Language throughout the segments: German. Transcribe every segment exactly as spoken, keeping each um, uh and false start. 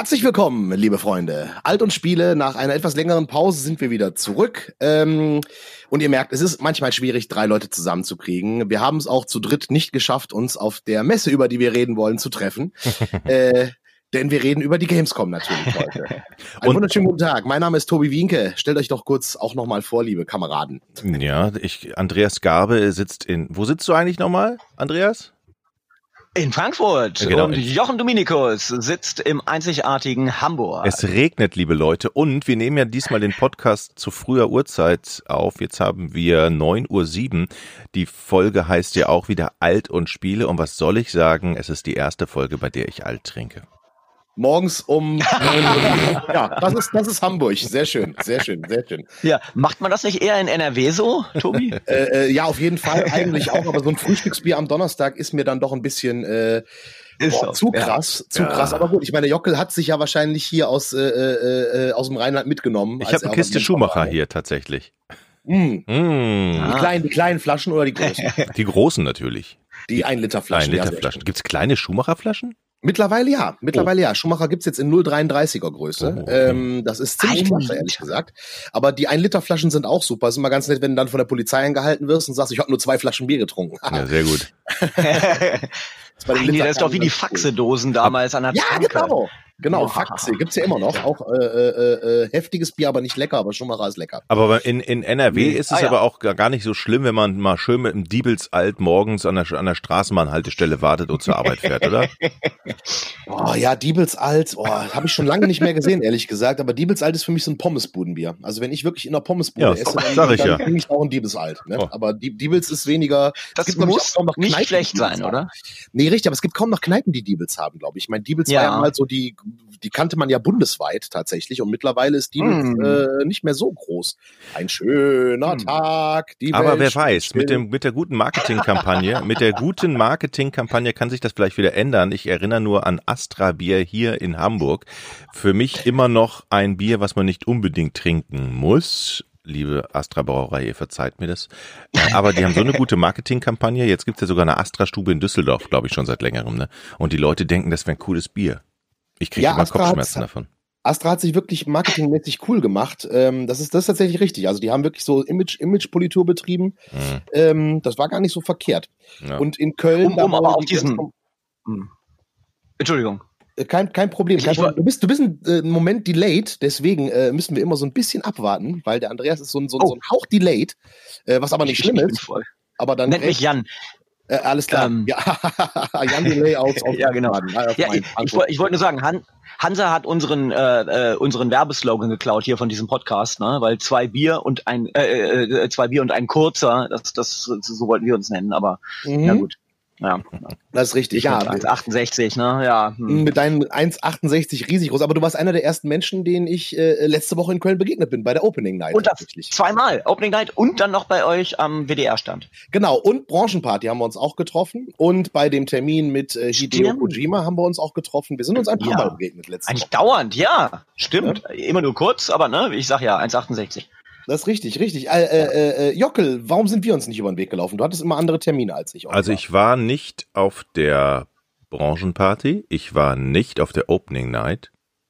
Herzlich willkommen, liebe Freunde. Alt und Spiele, nach einer etwas längeren Pause sind wir wieder zurück. Ähm, und ihr merkt, es ist manchmal schwierig, drei Leute zusammenzukriegen. Wir haben es auch zu dritt nicht geschafft, uns auf der Messe, über die wir reden wollen, zu treffen. äh, denn wir reden über die Gamescom natürlich heute. Einen wunderschönen guten Tag. Mein Name ist Tobi Wienke. Stellt euch doch kurz auch nochmal vor, liebe Kameraden. Ja, ich, Andreas Garbe sitzt in, wo sitzt du eigentlich nochmal, Andreas? In Frankfurt. Ja, genau. Und Jochen Dominikus sitzt im einzigartigen Hamburg. Es regnet, liebe Leute, und wir nehmen ja diesmal den Podcast zu früher Uhrzeit auf. Jetzt haben wir neun Uhr sieben. Die Folge heißt ja auch wieder Alt und Spiele. Und was soll ich sagen? Es ist die erste Folge, bei der ich alt trinke. Morgens um neun Uhr. Ja, das ist, das ist Hamburg. Sehr schön, sehr schön, sehr schön. Ja, macht man das nicht eher in N R W so, Tobi? äh, äh, ja, auf jeden Fall, eigentlich auch. Aber so ein Frühstücksbier am Donnerstag ist mir dann doch ein bisschen äh, boah, zu krass, ja. zu ja. krass. Aber gut, ich meine, Jockel hat sich ja wahrscheinlich hier aus, äh, äh, aus dem Rheinland mitgenommen. Ich habe eine Kiste Schumacher hier tatsächlich. Mm. Mm. Die, kleinen, die kleinen Flaschen oder die großen? Die großen natürlich. Die ein Liter Flaschen. ein Liter Flaschen. Ja, gibt's kleine Schumacher-Flaschen? Mittlerweile ja, mittlerweile oh. ja. Schumacher gibt's jetzt in null Komma dreiunddreißiger Größe. Oh, okay. ähm, das ist ziemlich klasse, ehrlich gesagt. Aber die ein Liter Flaschen sind auch super. Es ist immer ganz nett, wenn du dann von der Polizei angehalten wirst und sagst, ich habe nur zwei Flaschen Bier getrunken. Ja, sehr gut. Das, das ist doch wie die Faxedosen damals an der Ja, Tanke. genau. Genau, Faxe gibt's ja immer noch. Auch äh, äh, äh, heftiges Bier, aber nicht lecker, aber Schumacher ist lecker. Aber in, in N R W ist es ah, ja. aber auch gar nicht so schlimm, wenn man mal schön mit dem Diebelsalt morgens an der, an der Straßenbahnhaltestelle wartet und zur Arbeit fährt, oder? Oh ja, Diebelsalt, oh, habe ich schon lange nicht mehr gesehen, ehrlich gesagt. Aber Diebelsalt ist für mich so ein Pommesbudenbier. Also wenn ich wirklich in einer Pommesbude ja, esse, dann, sag ich dann ja. trinke ich auch ein Diebelsalt. Ne? Oh. Aber Diebels ist weniger... Das gibt, muss ich, auch noch nicht Kneipen, schlecht sein, oder? Nee, richtig, aber es gibt kaum noch Kneipen, die Diebels haben, glaube ich. Ich meine, Diebels ja. war ja mal so die... Die kannte man ja bundesweit tatsächlich und mittlerweile ist Diebels mm. äh, nicht mehr so groß. Ein schöner mm. Tag. Die Aber Welt wer weiß, mit dem mit der guten Marketingkampagne, mit der guten Marketingkampagne kann sich das vielleicht wieder ändern. Ich erinnere nur an Astra Bier hier in Hamburg. Für mich immer noch ein Bier, was man nicht unbedingt trinken muss. Liebe Astra Brauerei, ihr verzeiht mir das. Aber die haben so eine gute Marketingkampagne. Jetzt gibt's ja sogar eine Astra-Stube in Düsseldorf, glaube ich, schon seit längerem. Ne? Und die Leute denken, das wäre ein cooles Bier. Ich kriege ja, immer Astra Kopfschmerzen davon. Astra hat sich wirklich marketingmäßig cool gemacht. Ähm, das ist das ist tatsächlich richtig. Also die haben wirklich so Image Image-Politur betrieben. Mhm. Ähm, das war gar nicht so verkehrt. Ja. Und in Köln... Um, um aber auf diesen... Hm. Entschuldigung. Kein, kein Problem. Kein Problem. Du bist, du bist ein äh, Moment delayed, deswegen äh, müssen wir immer so ein bisschen abwarten, weil der Andreas ist so ein, so, oh. so ein Hauch delayed, äh, was aber nicht schlimm ist. Aber dann nennt mich Jan. Äh, alles klar. Ähm, ja, Jan Delay aus. Ja, genau. Ja, ich ich, ich wollte nur sagen, Han, Hansa hat unseren äh, unseren Werbeslogan geklaut hier von diesem Podcast, ne? Weil zwei Bier und ein äh, äh, zwei Bier und ein kurzer, das das so wollten wir uns nennen, aber mhm. ja gut. Ja, das ist richtig. Ich ja, eins Komma achtundsechzig, ne? Ja. Hm. Mit deinen eins Komma achtundsechzig riesig groß. Aber du warst einer der ersten Menschen, denen ich äh, letzte Woche in Köln begegnet bin, bei der Opening Night. Und das zweimal. Opening Night und dann noch bei euch am W D R-Stand. Genau. Und Branchenparty haben wir uns auch getroffen. Und bei dem Termin mit äh, Hideo Kojima haben wir uns auch getroffen. Wir sind uns ein paar ja. Mal begegnet letzte Eigentlich Woche. Dauernd, ja. Stimmt. Ja. Immer nur kurz, aber ne, ich sag ja, eins Komma achtundsechzig. Das ist richtig, richtig. Äh, äh, äh, Jockel, warum sind wir uns nicht über den Weg gelaufen? Du hattest immer andere Termine als ich. Also ich war nicht auf der Branchenparty, ich war nicht auf der Opening Night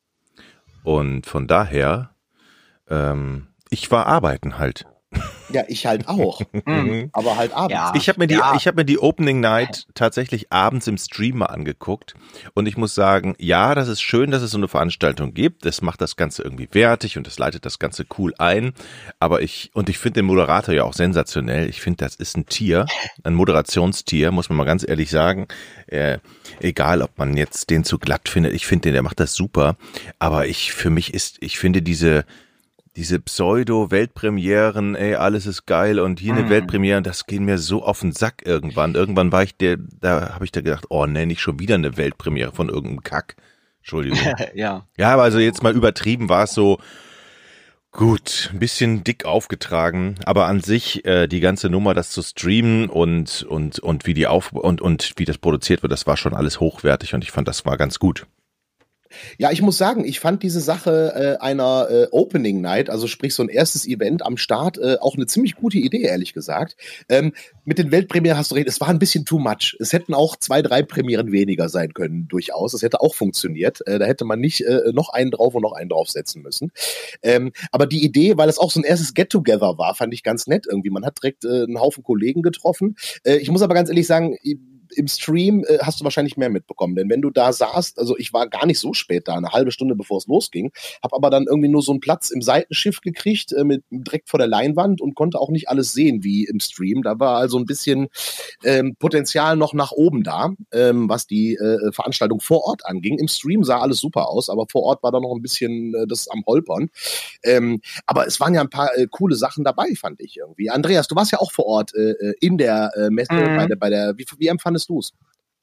und von daher, ähm, ich war arbeiten halt. Ja, ich halt auch. Mhm. Aber halt abends. Ja, ich habe mir die, ja. ich habe mir die Opening Night tatsächlich abends im Stream mal angeguckt und ich muss sagen, ja, das ist schön, dass es so eine Veranstaltung gibt. Das macht das Ganze irgendwie wertig und das leitet das Ganze cool ein. Aber ich, und ich finde den Moderator ja auch sensationell. Ich finde, das ist ein Tier, ein Moderationstier, muss man mal ganz ehrlich sagen. Äh, egal, ob man jetzt den zu glatt findet. Ich finde den, der macht das super. Aber ich, für mich ist, ich finde diese, Diese Pseudo-Weltpremieren, ey, alles ist geil und hier eine mm. Weltpremiere, das geht mir so auf den Sack irgendwann. Irgendwann war ich der, da habe ich da gedacht, oh nee, nicht schon wieder eine Weltpremiere von irgendeinem Kack. Entschuldigung. ja. Ja, aber also jetzt mal übertrieben war es so, gut, ein bisschen dick aufgetragen, aber an sich äh, die ganze Nummer, das zu streamen und und und wie die auf und und wie das produziert wird, das war schon alles hochwertig und ich fand, das war ganz gut. Ja, ich muss sagen, ich fand diese Sache äh, einer äh, Opening Night, also sprich so ein erstes Event am Start, äh, auch eine ziemlich gute Idee, ehrlich gesagt. Ähm, mit den Weltpremieren hast du recht, es war ein bisschen too much. Es hätten auch zwei, drei Premieren weniger sein können, durchaus. Es hätte auch funktioniert. Äh, da hätte man nicht äh, noch einen drauf und noch einen draufsetzen müssen. Ähm, aber die Idee, weil es auch so ein erstes Get-Together war, fand ich ganz nett irgendwie. Man hat direkt äh, einen Haufen Kollegen getroffen. Äh, ich muss aber ganz ehrlich sagen, im Stream äh, hast du wahrscheinlich mehr mitbekommen, denn wenn du da saßt, also ich war gar nicht so spät da, eine halbe Stunde bevor es losging, habe aber dann irgendwie nur so einen Platz im Seitenschiff gekriegt, äh, mit direkt vor der Leinwand und konnte auch nicht alles sehen wie im Stream. Da war also ein bisschen ähm, Potenzial noch nach oben da, ähm, was die äh, Veranstaltung vor Ort anging. Im Stream sah alles super aus, aber vor Ort war da noch ein bisschen äh, das am Holpern. Ähm, aber es waren ja ein paar äh, coole Sachen dabei, fand ich irgendwie. Andreas, du warst ja auch vor Ort äh, in der äh, Messe, mhm. bei der, bei der, wie, wie empfandest du's?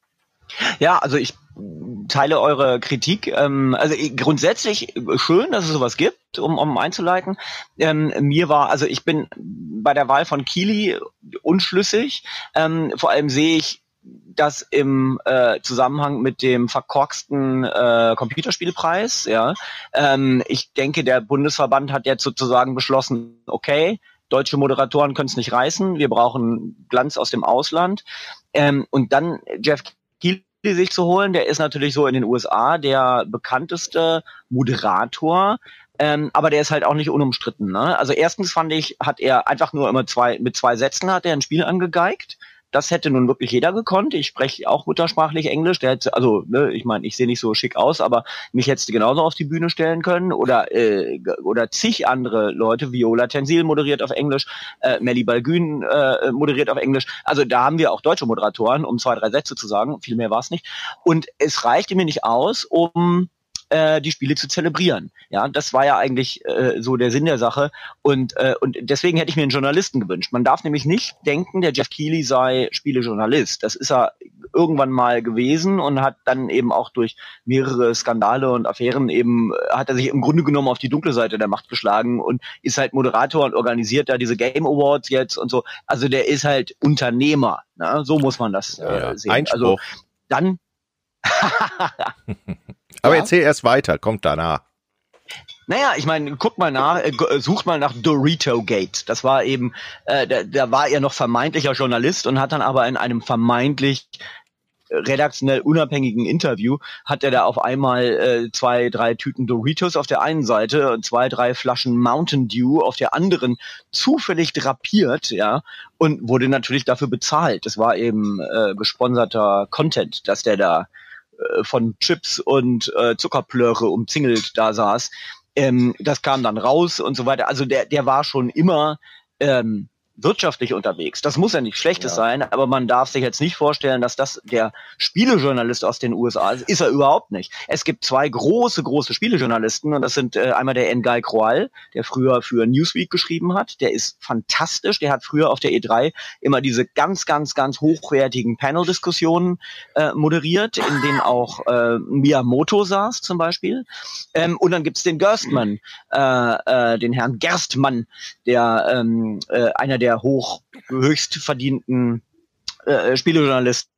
Ja, also ich teile eure Kritik. Ähm, also grundsätzlich schön, dass es sowas gibt, um, um einzuleiten. Ähm, mir war, also ich bin bei der Wahl von Keighley unschlüssig. Ähm, vor allem sehe ich das im äh, Zusammenhang mit dem verkorksten äh, Computerspielpreis. Ja, ähm, ich denke, der Bundesverband hat jetzt sozusagen beschlossen, okay, deutsche Moderatoren können es nicht reißen, wir brauchen Glanz aus dem Ausland. Ähm, und dann Jeff Keighley sich zu holen, der ist natürlich so in den U S A der bekannteste Moderator, ähm, aber der ist halt auch nicht unumstritten. Ne? Also erstens fand ich, hat er einfach nur immer zwei, mit zwei Sätzen hat er ein Spiel angegeigt. Das hätte nun wirklich jeder gekonnt. Ich spreche auch muttersprachlich Englisch. Der hätte, also, ne, ich meine, ich sehe nicht so schick aus, aber mich hättest du genauso auf die Bühne stellen können. Oder äh, oder zig andere Leute. Viola Tensil moderiert auf Englisch, äh, Melly Balgün äh, moderiert auf Englisch. Also da haben wir auch deutsche Moderatoren, um zwei, drei Sätze zu sagen. Viel mehr war es nicht. Und es reichte mir nicht aus, um äh, die Spiele zu zelebrieren. Ja, das war ja eigentlich äh, so der Sinn der Sache und äh, und deswegen hätte ich mir einen Journalisten gewünscht. Man darf nämlich nicht denken, der Jeff Keighley sei Spielejournalist. Das ist er irgendwann mal gewesen und hat dann eben auch durch mehrere Skandale und Affären eben, hat er sich im Grunde genommen auf die dunkle Seite der Macht geschlagen und ist halt Moderator und organisiert da diese Game Awards jetzt und so. Also der ist halt Unternehmer. Ne? So muss man das äh, ja, sehen. Einspruch. Also dann Aber ja? erzähl erst weiter, kommt danach. Naja, ich meine, guck mal nach, äh, such mal nach Dorito Gate. Das war eben, äh, da, da war er noch vermeintlicher Journalist und hat dann aber in einem vermeintlich redaktionell unabhängigen Interview hat er da auf einmal äh, zwei, drei Tüten Doritos auf der einen Seite und zwei, drei Flaschen Mountain Dew auf der anderen zufällig drapiert, ja, und wurde natürlich dafür bezahlt. Das war eben äh, gesponserter Content, dass der da äh, von Chips und äh, Zuckerplöre umzingelt da saß. Ähm, das kam dann raus und so weiter. Also der, der war schon immer ähm, wirtschaftlich unterwegs. Das muss ja nichts Schlechtes ja. sein, aber man darf sich jetzt nicht vorstellen, dass das der Spielejournalist aus den U S A ist. Ist er überhaupt nicht. Es gibt zwei große, große Spielejournalisten und das sind äh, einmal der N'Guy Croal, der früher für Newsweek geschrieben hat. Der ist fantastisch. Der hat früher auf der E drei immer diese ganz, ganz, ganz hochwertigen Panel-Diskussionen äh, moderiert, in denen auch äh, Miyamoto saß zum Beispiel. Ähm, und dann gibt's den Gerstmann, äh, äh, den Herrn Gerstmann, der ähm, äh, einer der hoch höchst verdienten äh, Spielejournalisten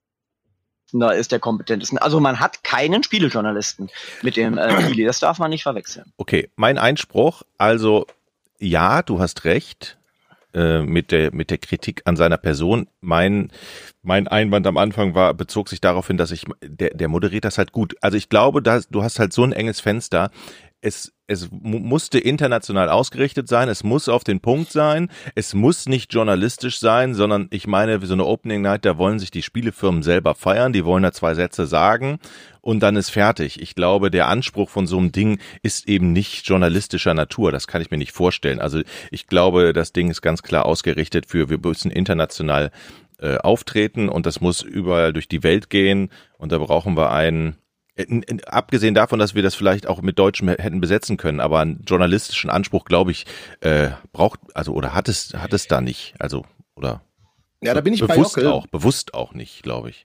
da ist, der kompetentesten. Also man hat keinen Spielejournalisten mit dem äh, Keighley, das darf man nicht verwechseln. Okay, mein Einspruch, also ja, du hast recht äh, mit der mit der Kritik an seiner Person. Mein mein Einwand am Anfang war bezog sich darauf hin, dass ich der der moderiert das halt gut. Also ich glaube, dass du hast halt so ein enges Fenster. Es, es musste international ausgerichtet sein, es muss auf den Punkt sein, es muss nicht journalistisch sein, sondern ich meine, wie so eine Opening Night, da wollen sich die Spielefirmen selber feiern, die wollen da zwei Sätze sagen und dann ist fertig. Ich glaube, der Anspruch von so einem Ding ist eben nicht journalistischer Natur, das kann ich mir nicht vorstellen. Also ich glaube, das Ding ist ganz klar ausgerichtet für, wir müssen international äh, auftreten und das muss überall durch die Welt gehen und da brauchen wir einen, abgesehen davon, dass wir das vielleicht auch mit Deutschen hätten besetzen können, aber einen journalistischen Anspruch, glaube ich, äh, braucht, also oder hat es, hat es da nicht, also oder ja, da bin ich bewusst bei Jockel. auch, bewusst auch nicht, glaube ich.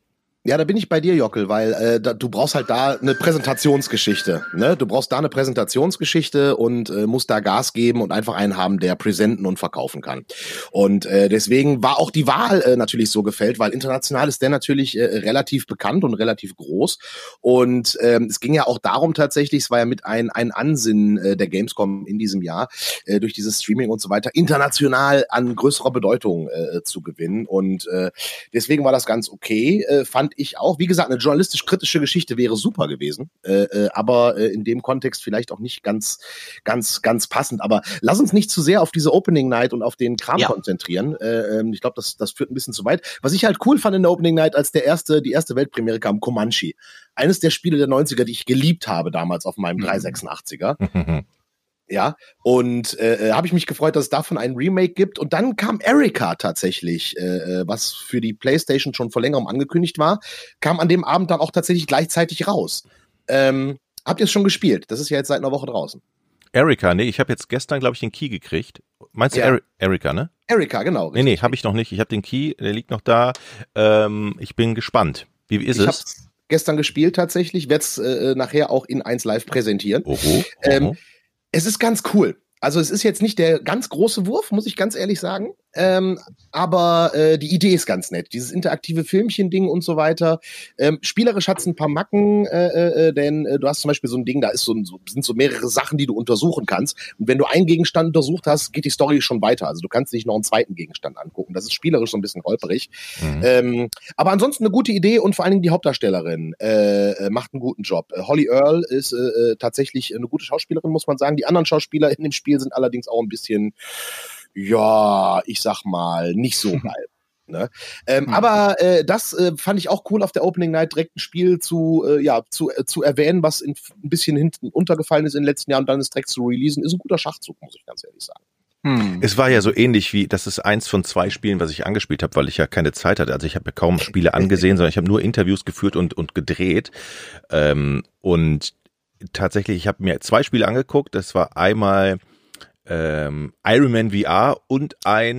Ja, da bin ich bei dir, Jockel, weil äh, da, du brauchst halt da eine Präsentationsgeschichte. Ne? Du brauchst da eine Präsentationsgeschichte und äh, musst da Gas geben und einfach einen haben, der präsenten und verkaufen kann. Und äh, deswegen war auch die Wahl äh, natürlich so gefällt, weil international ist der natürlich äh, relativ bekannt und relativ groß. Und ähm, es ging ja auch darum tatsächlich, es war ja mit ein, ein Ansinnen äh, der Gamescom in diesem Jahr, äh, durch dieses Streaming und so weiter, international an größerer Bedeutung äh, zu gewinnen. Und äh, deswegen war das ganz okay, äh, fand ich auch. Wie gesagt, eine journalistisch-kritische Geschichte wäre super gewesen, äh, äh, aber äh, in dem Kontext vielleicht auch nicht ganz, ganz, ganz passend. Aber lass uns nicht zu sehr auf diese Opening Night und auf den Kram ja. konzentrieren. Äh, ich glaube, das, das führt ein bisschen zu weit. Was ich halt cool fand in der Opening Night, als der erste, die erste Weltpremiere kam, Comanche. Eines der Spiele der neunziger, die ich geliebt habe damals auf meinem dreihundertsechsundachtziger. Ja, und äh, habe ich mich gefreut, dass es davon ein Remake gibt. Und dann kam Erica tatsächlich, äh, was für die PlayStation schon vor längerem angekündigt war, kam an dem Abend dann auch tatsächlich gleichzeitig raus. Ähm, habt ihr es schon gespielt? Das ist ja jetzt seit einer Woche draußen. Erica, nee, ich habe jetzt gestern, glaube ich, den Key gekriegt. Meinst du ja. Eri- Erica, ne? Erica, genau. Richtig. Nee, nee, habe ich noch nicht. Ich habe den Key, der liegt noch da. Ähm, ich bin gespannt. Wie ist ich es? Hab's gestern gespielt tatsächlich, werde es äh, nachher auch in eins Live präsentieren. Oho, oho. Ähm, Es ist ganz cool. Also es ist jetzt nicht der ganz große Wurf, muss ich ganz ehrlich sagen. Ähm, aber äh, die Idee ist ganz nett. Dieses interaktive Filmchen-Ding und so weiter. Ähm, spielerisch hat es ein paar Macken, äh, äh, denn äh, du hast zum Beispiel so ein Ding, da ist so, so, sind so mehrere Sachen, die du untersuchen kannst. Und wenn du einen Gegenstand untersucht hast, geht die Story schon weiter. Also du kannst nicht noch einen zweiten Gegenstand angucken. Das ist spielerisch so ein bisschen holperig. Mhm. Ähm, aber ansonsten eine gute Idee und vor allen Dingen die Hauptdarstellerin äh, macht einen guten Job. Äh, Holly Earl ist äh, tatsächlich eine gute Schauspielerin, muss man sagen. Die anderen Schauspieler in dem Spiel sind allerdings auch ein bisschen, ja, ich sag mal, nicht so geil. Ne? Ähm, mhm. Aber äh, das äh, fand ich auch cool auf der Opening Night, direkt ein Spiel zu, äh, ja, zu, äh, zu erwähnen, was in, ein bisschen hinten untergefallen ist in den letzten Jahren und dann ist direkt zu releasen, ist ein guter Schachzug, muss ich ganz ehrlich sagen. Hm. Es war ja so ähnlich wie, das ist eins von zwei Spielen, was ich angespielt habe, weil ich ja keine Zeit hatte. Also ich habe ja kaum Spiele angesehen, sondern ich habe nur Interviews geführt und, und gedreht. Ähm, und tatsächlich, ich habe mir zwei Spiele angeguckt. Das war einmal ähm, Iron Man V R und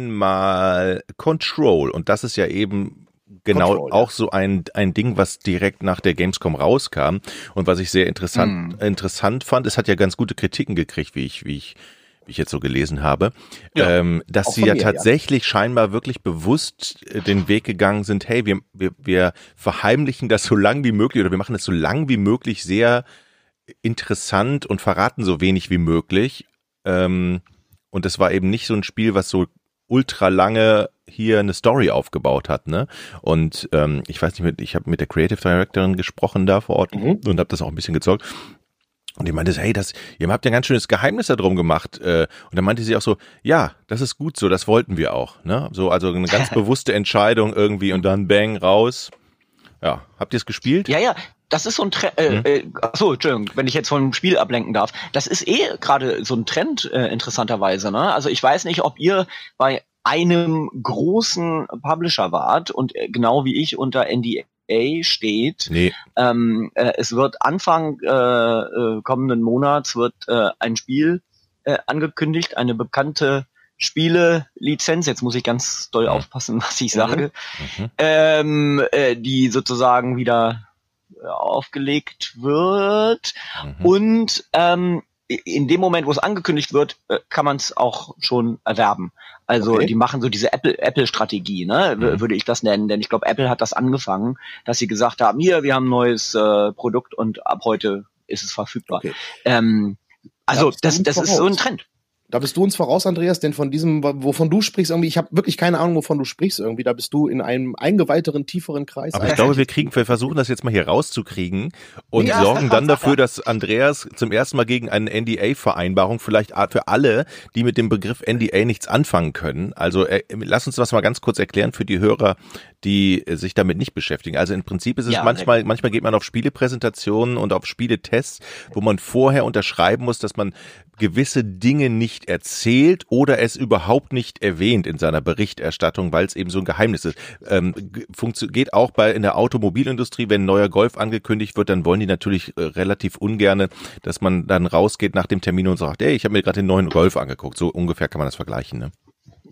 einmal Control. Und das ist ja eben genau Control, auch ja. so ein ein Ding, was direkt nach der Gamescom rauskam und was ich sehr interessant hm. interessant fand. Es hat ja ganz gute Kritiken gekriegt, wie ich wie ich wie ich jetzt so gelesen habe, ja, ähm, dass sie ja mir, tatsächlich ja. scheinbar wirklich bewusst äh, den Weg gegangen sind, hey, wir, wir, wir verheimlichen das so lang wie möglich oder wir machen es so lang wie möglich sehr interessant und verraten so wenig wie möglich. Ähm, und es war eben nicht so ein Spiel, was so ultra lange hier eine Story aufgebaut hat, ne? Und ähm, ich weiß nicht, ich habe mit der Creative Directorin gesprochen da vor Ort mhm. und habe das auch ein bisschen gezeugt. Und die meinte, hey, das, ihr habt ja ein ganz schönes Geheimnis darum gemacht. Und dann meinte sie auch so, ja, das ist gut so, das wollten wir auch. Ne? So, also eine ganz bewusste Entscheidung irgendwie und dann bang, raus. Ja, habt ihr es gespielt? Ja, ja, das ist so ein Trend, äh, hm? äh, achso, Entschuldigung, wenn ich jetzt vom Spiel ablenken darf. Das ist eh gerade so ein Trend, äh, interessanterweise. Ne? Also ich weiß nicht, ob ihr bei einem großen Publisher wart und äh, genau wie ich unter N D A steht. Nee. Ähm, äh, es wird Anfang äh, äh, kommenden Monats wird äh, ein Spiel äh, angekündigt, eine bekannte Spiele-Lizenz. Jetzt muss ich ganz doll mhm. aufpassen, was ich sage. Mhm. Ähm, äh, die sozusagen wieder äh, aufgelegt wird. Mhm. Und ähm, in dem Moment, wo es angekündigt wird, äh, kann man es auch schon erwerben. Also okay. die machen so diese Apple Apple Strategie, ne, mhm. würde ich das nennen, denn ich glaube, Apple hat das angefangen, dass sie gesagt haben, hier, wir haben ein neues äh, Produkt und ab heute ist es verfügbar. Okay. Ähm, also das das ist so ein Trend. Da bist du uns voraus, Andreas, denn von diesem, wovon du sprichst, irgendwie, ich habe wirklich keine Ahnung, wovon du sprichst irgendwie, da bist du in einem eingeweiteren, tieferen Kreis. Aber ich glaube, wir kriegen, wir versuchen das jetzt mal hier rauszukriegen und ja. sorgen dann dafür, dass Andreas zum ersten Mal gegen eine N D A-Vereinbarung vielleicht für alle, die mit dem Begriff N D A nichts anfangen können. Also äh, lass uns das mal ganz kurz erklären für die Hörer, die äh, sich damit nicht beschäftigen. Also im Prinzip ist es ja, manchmal, manchmal geht man auf Spielepräsentationen und auf Spieletests, wo man vorher unterschreiben muss, dass man gewisse Dinge nicht erzählt oder es überhaupt nicht erwähnt in seiner Berichterstattung, weil es eben so ein Geheimnis ist. Ähm, funktio- geht auch bei in der Automobilindustrie, wenn ein neuer Golf angekündigt wird, dann wollen die natürlich äh, relativ ungerne, dass man dann rausgeht nach dem Termin und sagt, ey, ich habe mir gerade den neuen Golf angeguckt. So ungefähr kann man das vergleichen, ne?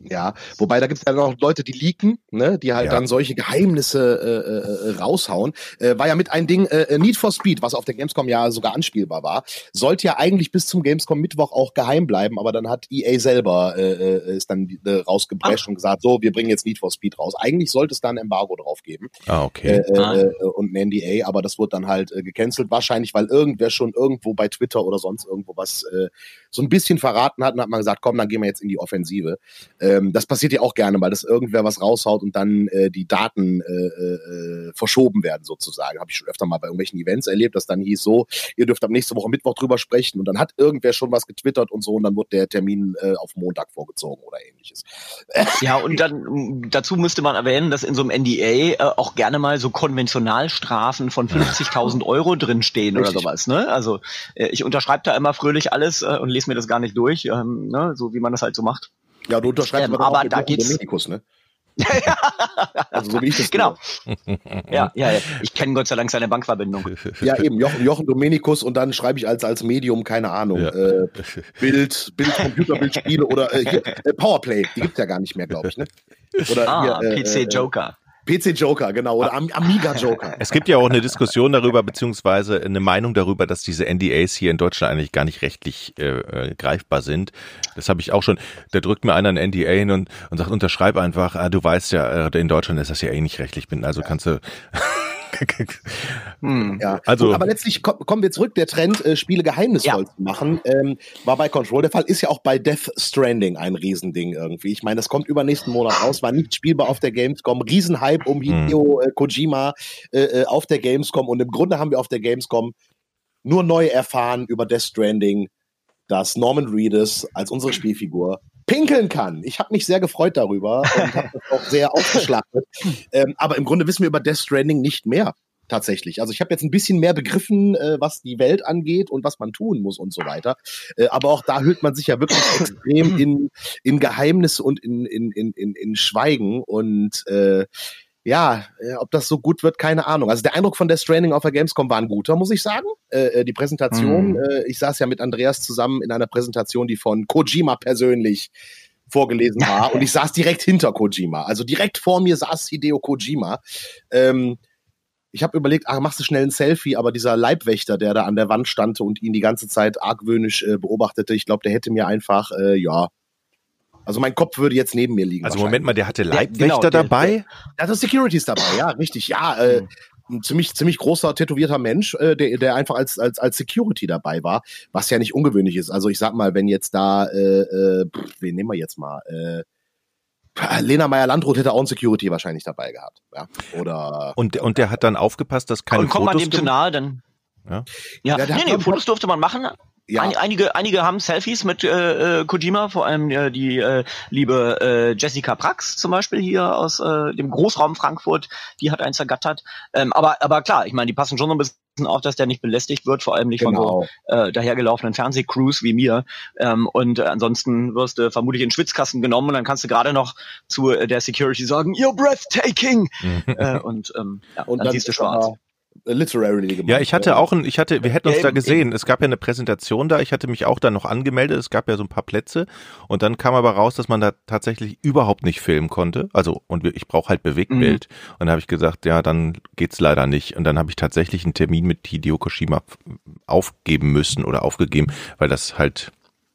Ja, wobei da gibt es ja noch Leute, die leaken, ne, die halt Ja. dann solche Geheimnisse äh, äh, raushauen. Äh, war ja mit ein Ding, äh, Need for Speed, was auf der Gamescom ja sogar anspielbar war, sollte ja eigentlich bis zum Gamescom Mittwoch auch geheim bleiben, aber dann hat E A selber äh, ist dann äh, rausgeprescht und gesagt, so, wir bringen jetzt Need for Speed raus. Eigentlich sollte es da ein Embargo drauf geben. Ah, okay. Äh, äh, und ein N D A, aber das wurde dann halt äh, gecancelt, wahrscheinlich, weil irgendwer schon irgendwo bei Twitter oder sonst irgendwo was äh, so ein bisschen verraten hat und hat man gesagt, komm, dann gehen wir jetzt in die Offensive. Ähm, das passiert ja auch gerne, weil das irgendwer was raushaut und dann äh, die Daten äh, äh, verschoben werden sozusagen. Habe ich schon öfter mal bei irgendwelchen Events erlebt, dass dann hieß so, ihr dürft ab nächste Woche Mittwoch drüber sprechen und dann hat irgendwer schon was getwittert und so und dann wird der Termin äh, auf Montag vorgezogen oder ähnliches. Ja, und dann dazu müsste man erwähnen, dass in so einem N D A äh, auch gerne mal so Konventionalstrafen von fünfzigtausend Euro drinstehen oder sowas. Ne? Also äh, ich unterschreibe da immer fröhlich alles äh, und lese mir das gar nicht durch, ähm, ne? So wie man das halt so macht. Ja, du unterschreibst ähm, aber da geht's Dominikus, ne? Also so wie ich das genau. ja, ja, ja. Ich kenne Gott sei Dank seine Bankverbindung. Ja, eben, Jochen, Jochen Dominikus und dann schreibe ich als als Medium, keine Ahnung, ja. äh, Bild, Bild, Computerbildspiele oder äh, hier, äh, Powerplay, die gibt's ja gar nicht mehr, glaube ich, ne? Oder ah, hier, äh, P C Joker. P C Joker, genau, oder Am- Amiga Joker. Es gibt ja auch eine Diskussion darüber, beziehungsweise eine Meinung darüber, dass diese N D As hier in Deutschland eigentlich gar nicht rechtlich äh, greifbar sind. Das habe ich auch schon, da drückt mir einer ein N D A hin und, und sagt, unterschreib einfach, ah, du weißt ja, in Deutschland ist das ja eh nicht rechtlich bindend, also ja. kannst du... hm. Ja, also, aber letztlich kommen wir zurück, der Trend, äh, Spiele geheimnisvoll ja. zu machen, ähm, war bei Control der Fall, ist ja auch bei Death Stranding ein Riesending irgendwie. Ich meine, das kommt übernächsten Monat raus, war nicht spielbar auf der Gamescom, Riesenhype um Hideo äh, Kojima äh, auf der Gamescom und im Grunde haben wir auf der Gamescom nur neu erfahren über Death Stranding, dass Norman Reedus als unsere Spielfigur pinkeln kann. Ich habe mich sehr gefreut darüber und habe das auch sehr ausgeschlachtet. ähm, aber im Grunde wissen wir über Death Stranding nicht mehr, tatsächlich. Also ich habe jetzt ein bisschen mehr begriffen, äh, was die Welt angeht und was man tun muss und so weiter. Äh, aber auch da hüllt man sich ja wirklich extrem in, in Geheimnisse und in, in, in, in, in Schweigen und äh, ja, ob das so gut wird, keine Ahnung. Also der Eindruck von Death Stranding auf der Gamescom war ein guter, muss ich sagen. Äh, die Präsentation, mm. äh, ich saß ja mit Andreas zusammen in einer Präsentation, die von Kojima persönlich vorgelesen war und ich saß direkt hinter Kojima. Also direkt vor mir saß Hideo Kojima. Ähm, ich habe überlegt, ach, machst du schnell ein Selfie, aber dieser Leibwächter, der da an der Wand stand und ihn die ganze Zeit argwöhnisch äh, beobachtete, ich glaube, der hätte mir einfach, äh, ja, also mein Kopf würde jetzt neben mir liegen. Also Moment mal, der hatte Leibwächter ja, genau, der, dabei? Der, der hatte Securities dabei, ja, richtig. Ja, äh, ein ziemlich, ziemlich großer, tätowierter Mensch, äh, der, der einfach als, als, als Security dabei war, was ja nicht ungewöhnlich ist. Also ich sag mal, wenn jetzt da, äh, äh, wen nehmen wir jetzt mal? Äh, Lena Meyer-Landrut hätte auch ein Security wahrscheinlich dabei gehabt. Ja? Oder, und, und der hat dann aufgepasst, dass keine und kommt Fotos... man dem zu nahe, dann... Ja, ja, ja nee, nee, Fotos durfte man machen. Ja. Ein, einige, einige haben Selfies mit äh, Kojima, vor allem äh, die äh, liebe äh, Jessica Prax zum Beispiel hier aus äh, dem Großraum Frankfurt, die hat eins ergattert. Ähm, aber, aber klar, ich meine, die passen schon so ein bisschen auf, dass der nicht belästigt wird, vor allem nicht genau. von so äh, dahergelaufenen Fernsehcrews wie mir. Ähm, und äh, ansonsten wirst du vermutlich in den Schwitzkasten genommen und dann kannst du gerade noch zu äh, der Security sagen, you're breathtaking! äh, und ähm, ja, und dann, dann siehst du schwarz. Literally gemacht. Ja, ich hatte auch ein, ich hatte, wir hätten uns da gesehen. Es gab ja eine Präsentation da. Ich hatte mich auch da noch angemeldet. Es gab ja so ein paar Plätze. Und dann kam aber raus, dass man da tatsächlich überhaupt nicht filmen konnte. Also, und ich brauche halt Bewegtbild. Mhm. Und dann habe ich gesagt, ja, dann geht's leider nicht. Und dann habe ich tatsächlich einen Termin mit Hideo Kojima aufgeben müssen oder aufgegeben, weil das halt,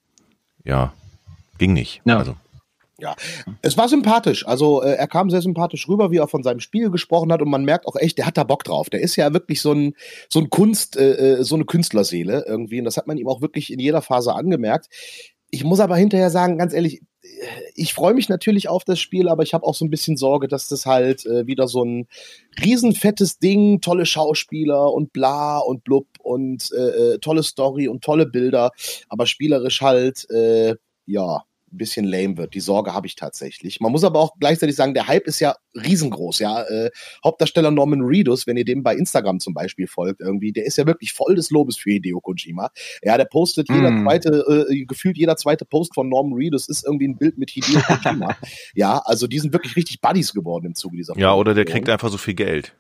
ja, ging nicht. Ja. Also. Ja, es war sympathisch. Also äh, er kam sehr sympathisch rüber, wie er von seinem Spiel gesprochen hat und man merkt auch echt, der hat da Bock drauf. Der ist ja wirklich so ein so ein Kunst, äh, so eine Künstlerseele irgendwie und das hat man ihm auch wirklich in jeder Phase angemerkt. Ich muss aber hinterher sagen, ganz ehrlich, ich freue mich natürlich auf das Spiel, aber ich habe auch so ein bisschen Sorge, dass das halt äh, wieder so ein riesenfettes Ding, tolle Schauspieler und bla und blub und äh, tolle Story und tolle Bilder, aber spielerisch halt, äh, ja, ein bisschen lame wird. Die Sorge habe ich tatsächlich. Man muss aber auch gleichzeitig sagen, der Hype ist ja riesengroß. Ja, äh, Hauptdarsteller Norman Reedus, wenn ihr dem bei Instagram zum Beispiel folgt, irgendwie, der ist ja wirklich voll des Lobes für Hideo Kojima. Ja, der postet mm. jeder zweite, äh, gefühlt jeder zweite Post von Norman Reedus ist irgendwie ein Bild mit Hideo Kojima. Ja, also die sind wirklich richtig Buddies geworden im Zuge dieser Ja, oder der kriegt einfach so viel Geld.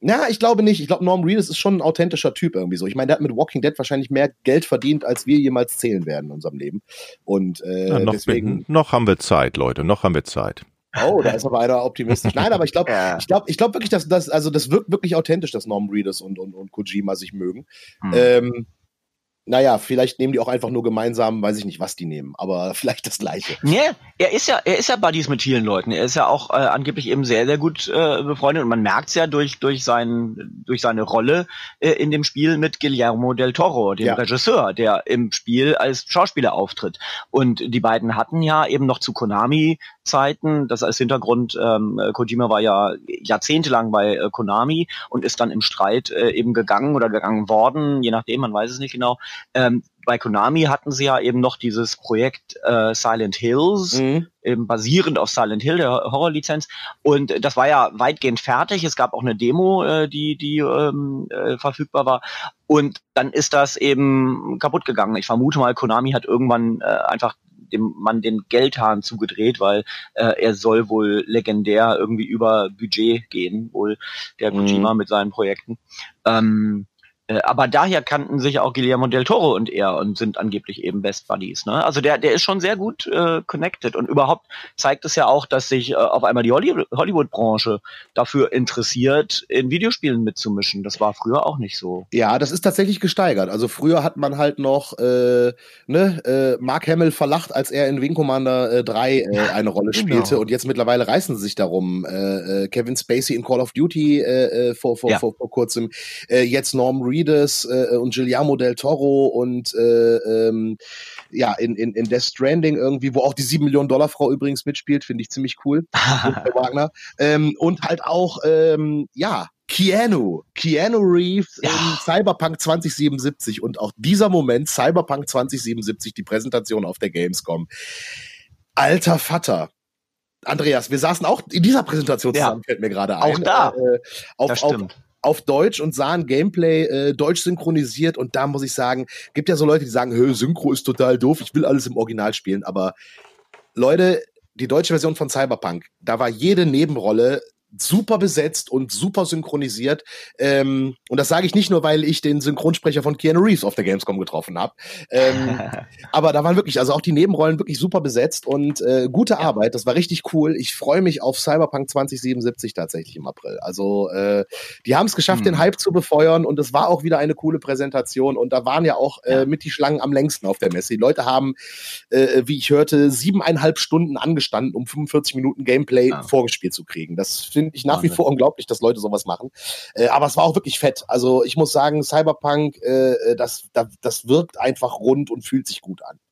Ja, ich glaube nicht. Ich glaube, Norman Reedus ist schon ein authentischer Typ irgendwie so. Ich meine, der hat mit Walking Dead wahrscheinlich mehr Geld verdient, als wir jemals zählen werden in unserem Leben. Und äh, ja, noch, deswegen. Noch haben wir Zeit, Leute. Noch haben wir Zeit. Oh, da ist aber einer optimistisch. Nein, aber ich glaube, ja. ich glaube, ich glaube wirklich, dass das, also das wirkt wirklich authentisch, dass Norman Reedus und und und Kojima sich mögen. Hm. Ähm, Naja, vielleicht nehmen die auch einfach nur gemeinsam, weiß ich nicht, was die nehmen, aber vielleicht das Gleiche. Nee, er ist ja, er ist ja Buddies mit vielen Leuten. Er ist ja auch äh, angeblich eben sehr, sehr gut äh, befreundet und man merkt's ja durch durch seinen durch seine Rolle äh, in dem Spiel mit Guillermo del Toro, dem ja. Regisseur, der im Spiel als Schauspieler auftritt. Und die beiden hatten ja eben noch zu Konami-Zeiten, das als Hintergrund, ähm, Kojima war ja jahrzehntelang bei äh, Konami und ist dann im Streit äh, eben gegangen oder gegangen worden, je nachdem, man weiß es nicht genau. Ähm, bei Konami hatten sie ja eben noch dieses Projekt äh, Silent Hills, mhm. eben basierend auf Silent Hill, der Horrorlizenz. Und das war ja weitgehend fertig. Es gab auch eine Demo, äh, die die ähm, äh, verfügbar war. Und dann ist das eben kaputt gegangen. Ich vermute mal, Konami hat irgendwann äh, einfach dem Mann den Geldhahn zugedreht, weil äh, er soll wohl legendär irgendwie über Budget gehen, wohl der Kojima mhm. mit seinen Projekten. Ähm, Aber daher kannten sich auch Guillermo del Toro und er und sind angeblich eben Best Buddies. Ne? Also der, der ist schon sehr gut äh, connected und überhaupt zeigt es ja auch, dass sich äh, auf einmal die Holly- Hollywood-Branche dafür interessiert, in Videospielen mitzumischen. Das war früher auch nicht so. Ja, das ist tatsächlich gesteigert. Also früher hat man halt noch äh, ne, äh, Mark Hamill verlacht, als er in Wing Commander äh, drei äh, eine Rolle spielte genau. Und jetzt mittlerweile reißen sie sich darum. Äh, äh, Kevin Spacey in Call of Duty äh, vor, vor, ja. vor, vor kurzem, äh, jetzt Norman Reedus äh, und Guillermo del Toro und äh, ähm, ja, in, in, in Death Stranding irgendwie, wo auch die sieben Millionen Dollar Frau übrigens mitspielt, finde ich ziemlich cool. Wagner. Ähm, und halt auch, ähm, ja, Keanu, Keanu Reeves ja. in Cyberpunk zwanzig siebenundsiebzig und auch dieser Moment, Cyberpunk zwanzig siebenundsiebzig, die Präsentation auf der Gamescom. Alter Vater. Andreas, wir saßen auch in dieser Präsentation zusammen, ja. fällt mir gerade ein. Auch da. Äh, auf, das stimmt. Auf, auf Deutsch und sahen Gameplay äh, deutsch synchronisiert und da muss ich sagen, gibt ja so Leute, die sagen, hö, Synchro ist total doof, ich will alles im Original spielen, aber Leute, die deutsche Version von Cyberpunk, da war jede Nebenrolle super besetzt und super synchronisiert. Ähm, und das sage ich nicht nur, weil ich den Synchronsprecher von Keanu Reeves auf der Gamescom getroffen habe. Ähm, aber da waren wirklich, also auch die Nebenrollen wirklich super besetzt und äh, gute ja. Arbeit. Das war richtig cool. Ich freue mich auf Cyberpunk zwanzig siebenundsiebzig tatsächlich im April. Also äh, die haben es geschafft, hm. den Hype zu befeuern und es war auch wieder eine coole Präsentation und da waren ja auch äh, ja. mit die Schlangen am längsten auf der Messe. Die Leute haben, äh, wie ich hörte, siebeneinhalb Stunden angestanden, um fünfundvierzig Minuten Gameplay ja. vorgespielt zu kriegen. Das finde ich nach wie vor unglaublich, dass Leute sowas machen. Äh, aber es war auch wirklich fett. Also ich muss sagen, Cyberpunk, äh, das, das, das wirkt einfach rund und fühlt sich gut an.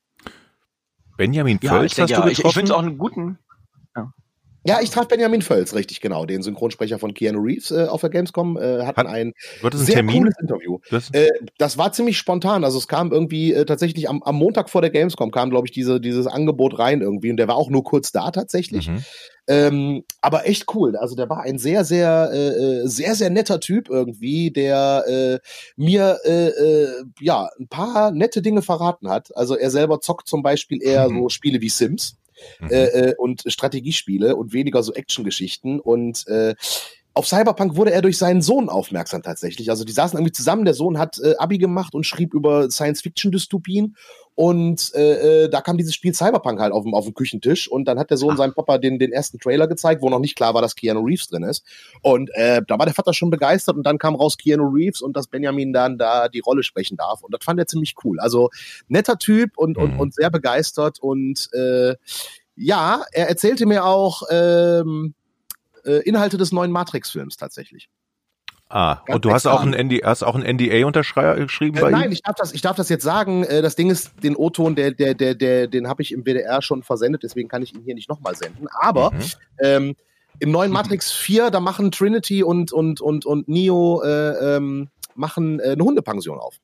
Benjamin ja, Völz ich denke, hast du ja. getroffen? Ich, ich finde es auch einen guten... Ja. Ja, ich traf Benjamin Völz, richtig, genau, den Synchronsprecher von Keanu Reeves äh, auf der Gamescom, äh, hatten Hat, ein sehr Termin? cooles Interview. Das? Äh, das war ziemlich spontan, also es kam irgendwie äh, tatsächlich am, am Montag vor der Gamescom kam, glaube ich, diese, dieses Angebot rein irgendwie und der war auch nur kurz da tatsächlich. Mhm. Ähm, aber echt cool, also der war ein sehr, sehr, äh, sehr, sehr netter Typ irgendwie, der äh, mir äh, äh, ja ein paar nette Dinge verraten hat. Also er selber zockt zum Beispiel eher mhm. so Spiele wie Sims. Mhm. Äh, und Strategiespiele und weniger so Actiongeschichten und äh, auf Cyberpunk wurde er durch seinen Sohn aufmerksam tatsächlich. Also die saßen irgendwie zusammen, der Sohn hat äh, Abi gemacht und schrieb über Science-Fiction-Dystopien und äh, äh, da kam dieses Spiel Cyberpunk halt auf dem, auf dem Küchentisch und dann hat der Sohn Ach. seinem Papa den, den ersten Trailer gezeigt, wo noch nicht klar war, dass Keanu Reeves drin ist und äh, da war der Vater schon begeistert und dann kam raus Keanu Reeves und dass Benjamin dann da die Rolle sprechen darf und das fand er ziemlich cool. Also netter Typ und, mhm. und, und sehr begeistert und äh, ja, er erzählte mir auch ähm, Inhalte des neuen Matrix-Films tatsächlich. Ah, Ganz und du hast auch, ein N D, hast auch ein N D A unterschrieben äh, bei Nein, ihm? ich darf das, ich darf das jetzt sagen. Äh, das Ding ist, den O-Ton, der, der, der, der, den habe ich im W D R schon versendet, deswegen kann ich ihn hier nicht nochmal senden. Aber mhm. ähm, im neuen Matrix vier, da machen Trinity und, und, und, und Neo äh, ähm, machen äh, eine Hundepension auf.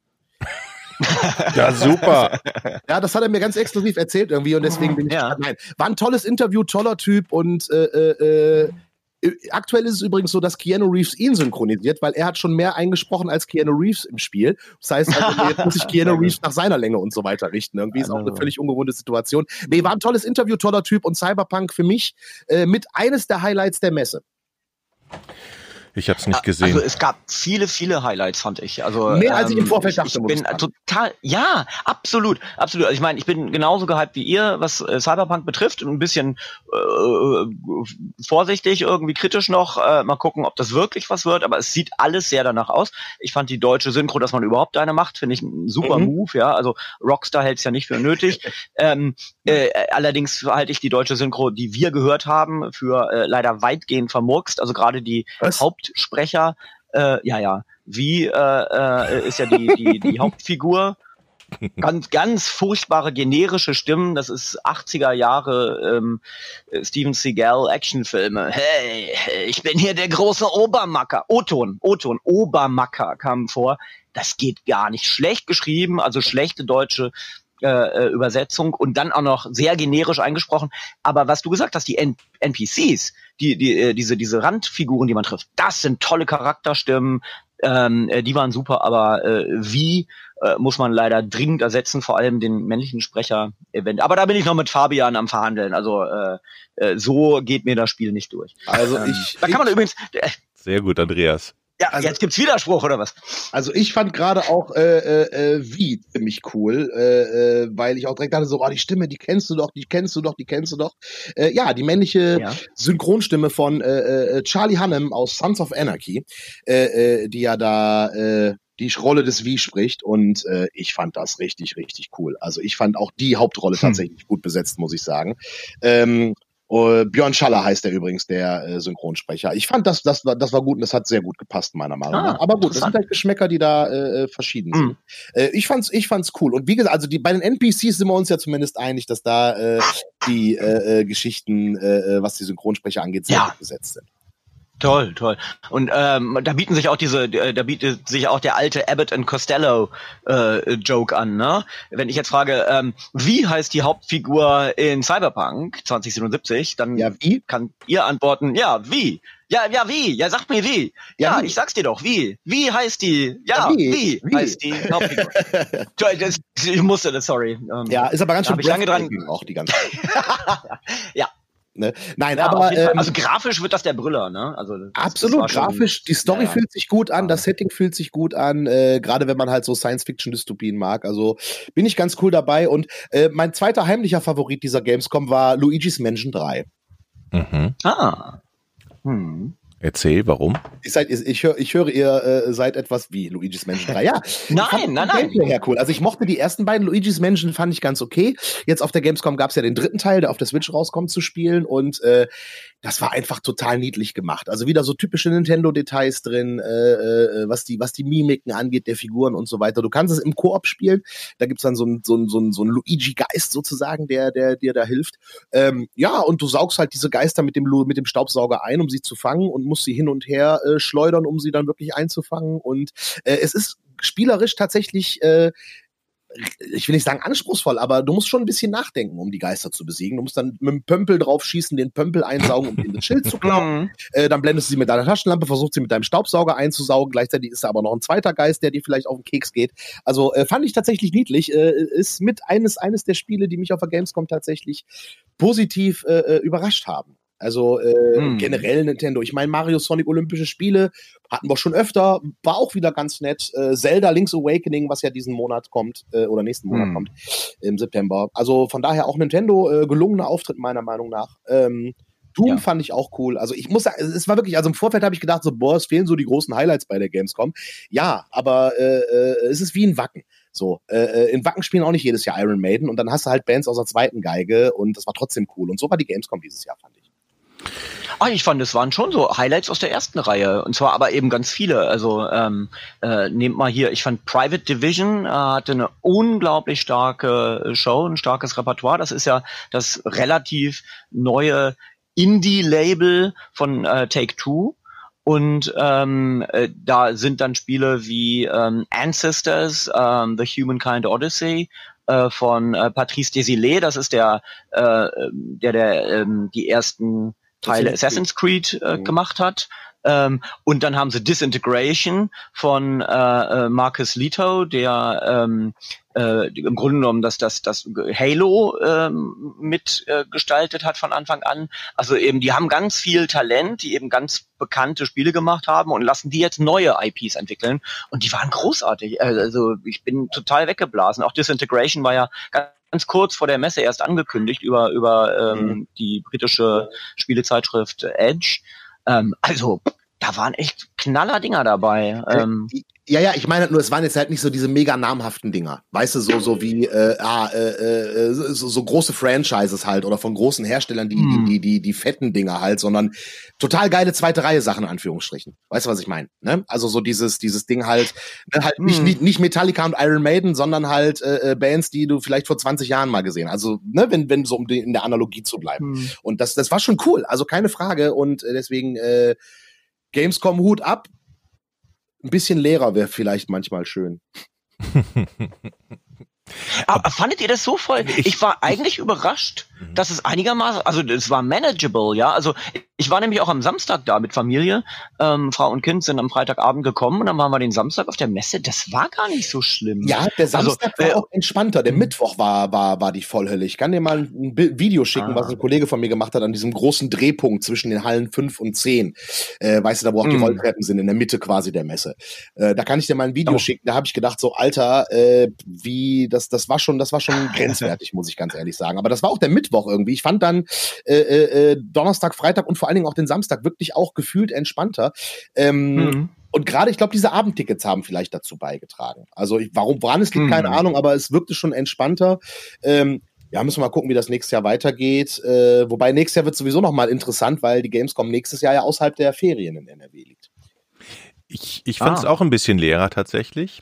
Ja, super. Ja, das hat er mir ganz exklusiv erzählt irgendwie und deswegen bin ich... Ja. Nein, war ein tolles Interview, toller Typ und äh, äh, aktuell ist es übrigens so, dass Keanu Reeves ihn synchronisiert, weil er hat schon mehr eingesprochen als Keanu Reeves im Spiel. Das heißt, also, jetzt muss sich Keanu Reeves nach seiner Länge und so weiter richten. Irgendwie ist auch eine völlig ungewohnte Situation. Nee, war ein tolles Interview, toller Typ und Cyberpunk für mich äh, mit eines der Highlights der Messe. Ich habe es nicht gesehen. Also es gab viele, viele Highlights, fand ich. Also mehr als ich im Vorfeld dachte. Ich bin total, ja, absolut, absolut. Also ich meine, ich bin genauso gehypt wie ihr, was äh, Cyberpunk betrifft, ein bisschen äh, vorsichtig, irgendwie kritisch noch. Äh, mal gucken, ob das wirklich was wird. Aber es sieht alles sehr danach aus. Ich fand die deutsche Synchro, dass man überhaupt eine macht, finde ich ein super mhm. Move. Ja, also Rockstar hält es ja nicht für nötig. ähm, äh, allerdings halte ich die deutsche Synchro, die wir gehört haben, für äh, leider weitgehend vermurkst. Also gerade die was? Hauptsprecher, äh, ja, ja, wie äh, äh, ist ja die, die, die Hauptfigur. Ganz, ganz furchtbare generische Stimmen. Das ist achtziger Jahre ähm, Steven Seagal Actionfilme. Hey, ich bin hier der große Obermacker. O-Ton, O-Ton, Obermacker kam vor. Das geht gar nicht. Schlecht geschrieben, also schlechte deutsche äh, Übersetzung und dann auch noch sehr generisch eingesprochen. Aber was du gesagt hast, die N- N P Cs, die, die, äh, diese, diese Randfiguren, die man trifft, das sind tolle Charakterstimmen, ähm, äh, die waren super, aber äh, wie äh, muss man leider dringend ersetzen, vor allem den männlichen Sprecher-Event. Aber da bin ich noch mit Fabian am Verhandeln, also äh, äh, so geht mir das Spiel nicht durch. Also ähm, ich... Da kann man ich, übrigens... Äh, sehr gut, Andreas. Ja, also, jetzt gibt's Widerspruch, oder was? Also ich fand gerade auch äh, äh, wie ziemlich cool, äh, äh, weil ich auch direkt dachte so, oh, die Stimme, die kennst du doch, die kennst du doch, die kennst du doch. Äh, ja, die männliche ja. Synchronstimme von äh, äh, Charlie Hunnam aus Sons of Anarchy, äh, äh, die ja da äh, die Rolle des Wie spricht und äh, ich fand das richtig, richtig cool. Also ich fand auch die Hauptrolle hm. tatsächlich gut besetzt, muss ich sagen. Ähm, Uh, Björn Schaller heißt der übrigens, der äh, Synchronsprecher. Ich fand, das, das, war, das war gut und das hat sehr gut gepasst, meiner Meinung nach. Ah, aber gut, das sind halt Geschmäcker, die da äh, verschieden mm. sind. Äh, ich fand's, ich fand's cool. Und wie gesagt, also die bei den N P Cs sind wir uns ja zumindest einig, dass da äh, die äh, äh, Geschichten, äh, was die Synchronsprecher angeht, sehr ja. gut besetzt sind. Toll, toll. Und ähm, da bieten sich auch diese, da bietet sich auch der alte Abbott and Costello äh, Joke an, ne? Wenn ich jetzt frage, ähm, wie heißt die Hauptfigur in Cyberpunk zwanzig siebenundsiebzig, dann ja, wie? Kann ihr antworten, ja, wie? Ja, ja, wie? Ja, sag mir wie. Ja, ja wie? Ich sag's dir doch, wie? Wie heißt die? Ja, ja wie? Wie? wie heißt die Hauptfigur? das, ich musste das, sorry. Ähm, ja, ist aber ganz schön lange dran auch die ganze Zeit. ja. Ne? Nein, ja, aber ähm, also grafisch wird das der Brüller, ne? Also das, absolut das grafisch. Schon, die Story ja, fühlt sich gut an, ja. Das Setting fühlt sich gut an, äh, gerade wenn man halt so Science-Fiction-Dystopien mag. Also bin ich ganz cool dabei. Und äh, mein zweiter heimlicher Favorit dieser Gamescom war Luigi's Mansion drei. Mhm. Ah. Hm. Erzähl, warum? Ich, seid, ich, höre, ich höre, ihr äh, seid etwas wie Luigi's Mansion drei. Ja, nein, nein, nein. Her cool. Also ich mochte die ersten beiden Luigi's Mansion, fand ich ganz okay. Jetzt auf der Gamescom gab es ja den dritten Teil, der auf der Switch rauskommt, zu spielen. Und äh, das war einfach total niedlich gemacht. Also wieder so typische Nintendo-Details drin, äh, äh, was die was die Mimiken angeht, der Figuren und so weiter. Du kannst es im Koop spielen. Da gibt's dann so einen so ein, so ein, so ein Luigi-Geist sozusagen, der der dir da hilft. Ähm, ja, und du saugst halt diese Geister mit dem mit dem Staubsauger ein, um sie zu fangen und musst sie hin und her äh, schleudern, um sie dann wirklich einzufangen. Und äh, es ist spielerisch tatsächlich äh, ich will nicht sagen anspruchsvoll, aber du musst schon ein bisschen nachdenken, um die Geister zu besiegen. Du musst dann mit dem Pömpel drauf schießen, den Pömpel einsaugen, um den Schild zu klauen. äh, dann blendest du sie mit deiner Taschenlampe, versuchst sie mit deinem Staubsauger einzusaugen. Gleichzeitig ist da aber noch ein zweiter Geist, der dir vielleicht auf den Keks geht. Also äh, fand ich tatsächlich niedlich. Äh, ist mit eines eines der Spiele, die mich auf der Gamescom tatsächlich positiv äh, überrascht haben. Also äh, hm. generell Nintendo. Ich meine, Mario, Sonic, Olympische Spiele hatten wir schon öfter, war auch wieder ganz nett. Äh, Zelda, Link's Awakening, was ja diesen Monat kommt, äh, oder nächsten Monat hm. kommt, im September. Also von daher auch Nintendo, äh, gelungener Auftritt meiner Meinung nach. Ähm, Doom ja. fand ich auch cool. Also ich muss sagen, es war wirklich, also im Vorfeld habe ich gedacht, so, boah, es fehlen so die großen Highlights bei der Gamescom. Ja, aber äh, äh, es ist wie ein Wacken. So, äh, in Wacken spielen auch nicht jedes Jahr Iron Maiden und dann hast du halt Bands aus der zweiten Geige und das war trotzdem cool. Und so war die Gamescom dieses Jahr, fand ich. Ah, ich fand, es waren schon so Highlights aus der ersten Reihe. Und zwar aber eben ganz viele. Also ähm, äh, nehmt mal hier, ich fand Private Division äh, hatte eine unglaublich starke Show, ein starkes Repertoire. Das ist ja das relativ neue Indie-Label von äh, Take-Two. Und ähm, äh, da sind dann Spiele wie ähm, Ancestors, ähm, The Humankind Odyssey, äh, von äh, Patrice Désilets. Das ist der, äh, der, der ähm, die ersten Teile Assassin's Creed äh, mhm. gemacht hat. Ähm, und dann haben sie Disintegration von äh, Marcus Leto, der ähm, äh, im Grunde genommen das, das, das Halo ähm, mitgestaltet äh, hat von Anfang an. Also eben, die haben ganz viel Talent, die eben ganz bekannte Spiele gemacht haben und lassen die jetzt neue I Ps entwickeln. Und die waren großartig. Also ich bin total weggeblasen. Auch Disintegration war ja ganz ganz kurz vor der Messe erst angekündigt über über ähm, mhm. die britische Spielezeitschrift Edge. Ähm, also da waren echt knaller Dinger dabei. Ähm, ja, ja, ich meine nur, es waren jetzt halt nicht so diese mega namhaften Dinger. Weißt du, so so wie äh, ah, äh, äh, so, so große Franchises halt oder von großen Herstellern, die, mhm. die, die, die, die fetten Dinger halt, sondern total geile zweite Reihe Sachen, in Anführungsstrichen. Weißt du, was ich meine? Ne? Also so dieses, dieses Ding halt, ne, halt mhm. nicht, nicht, nicht Metallica und Iron Maiden, sondern halt äh, Bands, die du vielleicht vor zwanzig Jahren mal gesehen hast. Also, ne, wenn, wenn so um die, in der Analogie zu bleiben. Mhm. Und das, das war schon cool, also keine Frage. Und äh, deswegen äh, Gamescom Hut ab. Ein bisschen leerer wäre vielleicht manchmal schön. Aber fandet ihr das so voll? Ich, ich war eigentlich ich, überrascht, mhm. dass es einigermaßen, also es war manageable, ja. Also ich war nämlich auch am Samstag da mit Familie. Ähm, Frau und Kind sind am Freitagabend gekommen und dann waren wir den Samstag auf der Messe. Das war gar nicht so schlimm. Ja, der Samstag also, war äh, auch entspannter. Der Mittwoch war war war die Vollhölle. Ich kann dir mal ein Video schicken, ah. was ein Kollege von mir gemacht hat an diesem großen Drehpunkt zwischen den Hallen fünf und zehn. Äh, weißt du, da wo auch mm. die Rolltreppen sind, in der Mitte quasi der Messe. Äh, da kann ich dir mal ein Video oh. schicken. Da habe ich gedacht, so Alter, äh, wie das das war schon, das war schon grenzwertig, muss ich ganz ehrlich sagen. Aber das war auch der Mittwoch irgendwie. Ich fand dann äh, äh, Donnerstag, Freitag und vor allen Dingen auch den Samstag wirklich auch gefühlt entspannter. Ähm, mhm. Und gerade, ich glaube, diese Abendtickets haben vielleicht dazu beigetragen. Also ich, warum, woran es liegt, mhm. keine Ahnung, aber es wirkte schon entspannter. Ähm, ja, müssen wir mal gucken, wie das nächstes Jahr weitergeht. Äh, wobei nächstes Jahr wird sowieso noch mal interessant, weil die Gamescom nächstes Jahr ja außerhalb der Ferien in N R W liegt. Ich, ich fand es ah. auch ein bisschen leerer tatsächlich.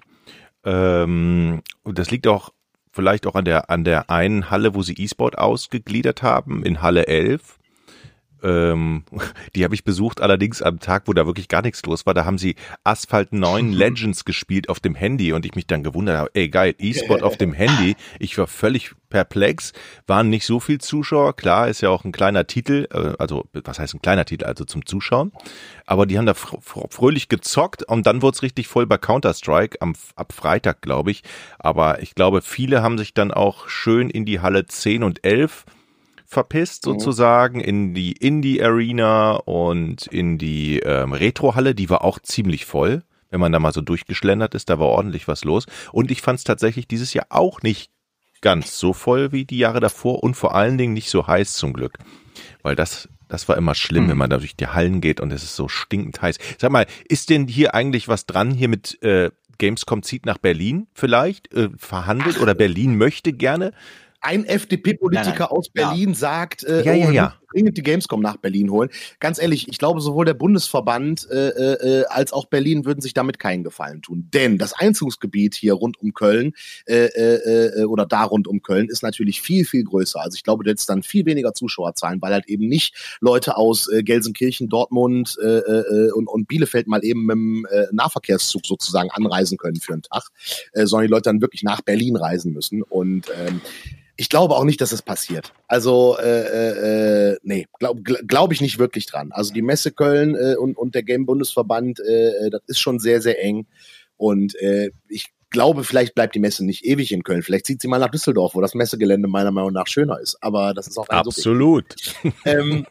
Ähm, und das liegt auch vielleicht auch an der an der einen Halle, wo sie E-Sport ausgegliedert haben, in Halle elf. Ähm, die habe ich besucht, allerdings am Tag, wo da wirklich gar nichts los war. Da haben sie Asphalt neun Legends gespielt auf dem Handy und ich mich dann gewundert habe, ey geil, E-Sport auf dem Handy. Ich war völlig perplex, waren nicht so viel Zuschauer. Klar, ist ja auch ein kleiner Titel, also was heißt ein kleiner Titel, also zum Zuschauen. Aber die haben da fröhlich gezockt und dann wurde es richtig voll bei Counter-Strike am, ab Freitag, glaube ich. Aber ich glaube, viele haben sich dann auch schön in die Halle zehn und elf verpisst sozusagen, mhm. in die Indie-Arena und in die ähm, Retro-Halle, die war auch ziemlich voll, wenn man da mal so durchgeschlendert ist, da war ordentlich was los. Und ich fand es tatsächlich dieses Jahr auch nicht ganz so voll wie die Jahre davor und vor allen Dingen nicht so heiß zum Glück, weil das das war immer schlimm, mhm. wenn man da durch die Hallen geht und es ist so stinkend heiß. Sag mal, ist denn hier eigentlich was dran hier mit äh, Gamescom zieht nach Berlin vielleicht äh, verhandelt oder Berlin möchte gerne? Ein F D P-Politiker aus Berlin ja. sagt, äh, ja, ja, oh, ja. dringend die Gamescom nach Berlin holen. Ganz ehrlich, ich glaube, sowohl der Bundesverband äh, äh, als auch Berlin würden sich damit keinen Gefallen tun. Denn das Einzugsgebiet hier rund um Köln äh, äh, oder da rund um Köln ist natürlich viel, viel größer. Also ich glaube, du hättest dann viel weniger Zuschauerzahlen, weil halt eben nicht Leute aus äh, Gelsenkirchen, Dortmund äh, äh, und, und Bielefeld mal eben mit dem äh, Nahverkehrszug sozusagen anreisen können für einen Tag, äh, sondern die Leute dann wirklich nach Berlin reisen müssen. Und ähm, ich glaube auch nicht, dass es passiert. Also, äh, äh, nee, glaube glaub ich nicht wirklich dran. Also die Messe Köln äh, und, und der Game-Bundesverband, äh, das ist schon sehr, sehr eng. Und äh, ich glaube, vielleicht bleibt die Messe nicht ewig in Köln. Vielleicht zieht sie mal nach Düsseldorf, wo das Messegelände meiner Meinung nach schöner ist. Aber das ist auch absolut. So ähm,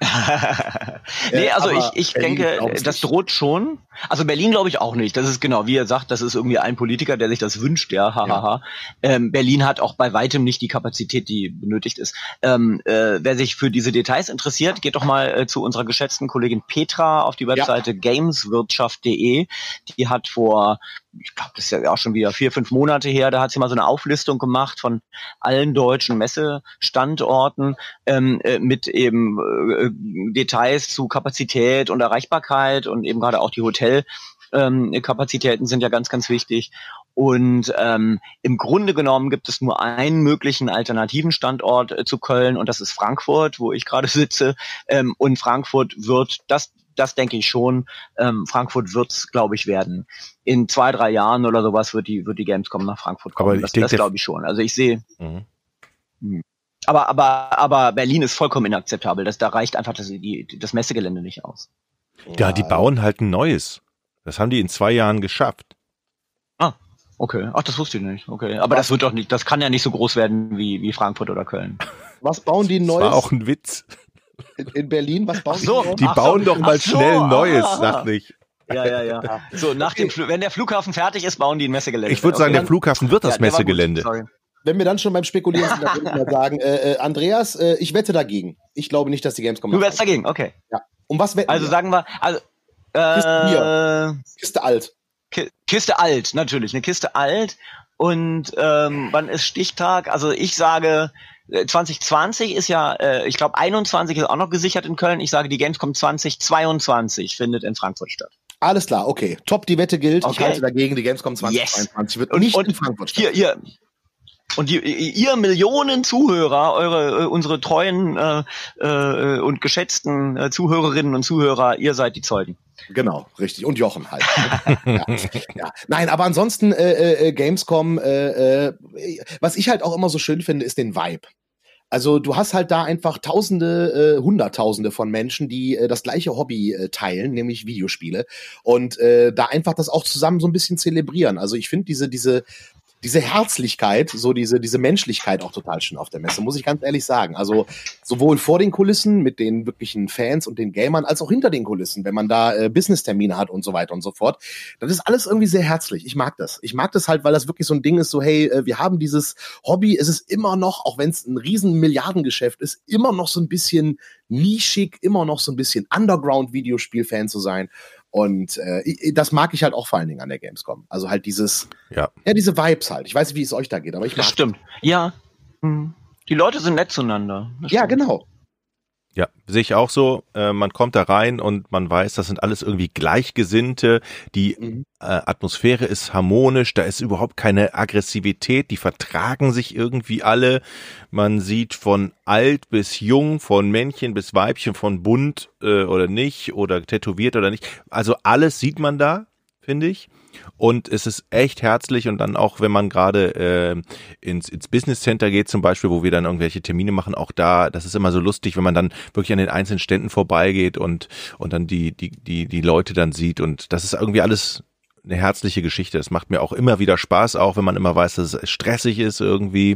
nee, also ich, ich denke, das droht schon. Also Berlin glaube ich auch nicht. Das ist genau, wie er sagt, das ist irgendwie ein Politiker, der sich das wünscht, ja, hahaha. Ja. Ähm, Berlin hat auch bei weitem nicht die Kapazität, die benötigt ist. Ähm, äh, wer sich für diese Details interessiert, geht doch mal äh, zu unserer geschätzten Kollegin Petra auf die Webseite ja. gameswirtschaft punkt de. Die hat vor, ich glaube, das ist ja auch schon wieder vier, fünf Monate her, da hat sie mal so eine Auflistung gemacht von allen deutschen Messestandorten ähm, äh, mit eben äh, Details zu Kapazität und Erreichbarkeit und eben gerade auch die Hotelkapazitäten ähm, sind ja ganz, ganz wichtig. Und ähm, im Grunde genommen gibt es nur einen möglichen alternativen Standort äh, zu Köln und das ist Frankfurt, wo ich gerade sitze. Ähm, und Frankfurt wird, das das denke ich schon, ähm, Frankfurt wird's, glaube ich, werden. In zwei, drei Jahren oder sowas wird die wird die Gamescom nach Frankfurt kommen. Aber das das glaube ich schon. Also ich sehe... Mhm. Aber, aber, aber Berlin ist vollkommen inakzeptabel. Das, da reicht einfach das, die, das Messegelände nicht aus. Ja, die bauen halt ein neues. Das haben die in zwei Jahren geschafft. Ah, okay. Ach, das wusste ich nicht. Okay, aber was? Das wird doch nicht, das kann ja nicht so groß werden wie, wie Frankfurt oder Köln. Was bauen die Neues? Das war auch ein Witz. In, in Berlin, was bauen so, die? Die ach bauen so, doch mal so, schnell ein Neues, ah. dachte ich. Ja, ja, ja. So, nach dem Fl- wenn der Flughafen fertig ist, bauen die ein Messegelände. Ich würde sagen, okay. der Flughafen wird das ja, Messegelände. Wenn wir dann schon beim Spekulieren sind, dann würde ich mal sagen, äh, äh, Andreas, äh, ich wette dagegen. Ich glaube nicht, dass die Gamescom... Du wettest dagegen, okay. Ja. Um was wetten Also wir? sagen wir, also Kiste äh, Bier. Kiste alt. Ki- Kiste alt, natürlich, eine Kiste alt. Und ähm, wann ist Stichtag? Also ich sage, äh, zwanzig zwanzig ist ja, äh, ich glaube einundzwanzig ist auch noch gesichert in Köln. Ich sage, die Gamescom zwanzig zweiundzwanzig findet in Frankfurt statt. Alles klar, okay. Top, die Wette gilt. Okay. Ich halte dagegen, die Gamescom zwanzig zweiundzwanzig yes. wird und, nicht und in Frankfurt statt. Hier, hier. Und die, ihr Millionen Zuhörer, eure, unsere treuen äh, äh, und geschätzten äh, Zuhörerinnen und Zuhörer, ihr seid die Zeugen. Genau, richtig. Und Jochen halt. ja, ja. Nein, aber ansonsten äh, äh, Gamescom, äh, äh, was ich halt auch immer so schön finde, ist den Vibe. Also du hast halt da einfach Tausende, äh, Hunderttausende von Menschen, die äh, das gleiche Hobby äh, teilen, nämlich Videospiele. Und äh, da einfach das auch zusammen so ein bisschen zelebrieren. Also ich finde diese, diese diese Herzlichkeit, so diese, diese Menschlichkeit auch total schön auf der Messe, muss ich ganz ehrlich sagen. Also sowohl vor den Kulissen mit den wirklichen Fans und den Gamern, als auch hinter den Kulissen, wenn man da äh, Business-Termine hat und so weiter und so fort. Das ist alles irgendwie sehr herzlich. Ich mag das. Ich mag das halt, weil das wirklich so ein Ding ist, so hey, äh, wir haben dieses Hobby, es ist immer noch, auch wenn es ein riesen Milliardengeschäft ist, immer noch so ein bisschen nischig, immer noch so ein bisschen Underground-Videospiel-Fan zu sein. Und äh, das mag ich halt auch vor allen Dingen an der Gamescom. Also halt dieses, ja, ja diese Vibes halt. Ich weiß nicht, wie es euch da geht, aber ich mag das. Stimmt. Ja, die Leute sind nett zueinander. Das ja, stimmt. genau. Ja, sehe ich auch so. Äh, man kommt da rein und man weiß, das sind alles irgendwie Gleichgesinnte. Die Mhm. äh, Atmosphäre ist harmonisch, da ist überhaupt keine Aggressivität, die vertragen sich irgendwie alle. Man sieht von alt bis jung, von Männchen bis Weibchen, von bunt äh, oder nicht oder tätowiert oder nicht. Also alles sieht man da, finde ich. Und es ist echt herzlich und dann auch, wenn man gerade äh, ins, ins Business Center geht zum Beispiel, wo wir dann irgendwelche Termine machen, auch da, das ist immer so lustig, wenn man dann wirklich an den einzelnen Ständen vorbeigeht und und dann die die die die Leute dann sieht und das ist irgendwie alles eine herzliche Geschichte. Das macht mir auch immer wieder Spaß, auch wenn man immer weiß, dass es stressig ist irgendwie.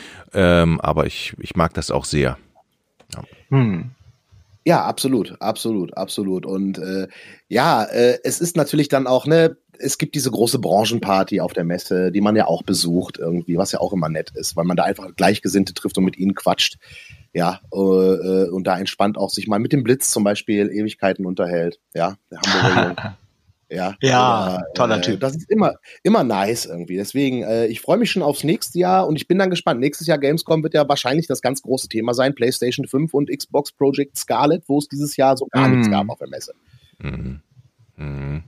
Ähm, aber ich ich mag das auch sehr. Ja. Hm. Ja, absolut, absolut, absolut. Und äh, ja, äh, es ist natürlich dann auch, ne, es gibt diese große Branchenparty auf der Messe, die man ja auch besucht irgendwie, was ja auch immer nett ist, weil man da einfach Gleichgesinnte trifft und mit ihnen quatscht. Ja, äh, und da entspannt auch sich mal mit dem Blitz zum Beispiel Ewigkeiten unterhält. Ja, der Hamburger Jung. Ja, Ja, oder, toller äh, Typ. Das ist immer, immer nice irgendwie. Deswegen, äh, ich freue mich schon aufs nächste Jahr und ich bin dann gespannt. Nächstes Jahr Gamescom wird ja wahrscheinlich das ganz große Thema sein. PlayStation fünf und Xbox Project Scarlet, wo es dieses Jahr so gar Mm. nichts gab auf der Messe. Mhm. Mhm.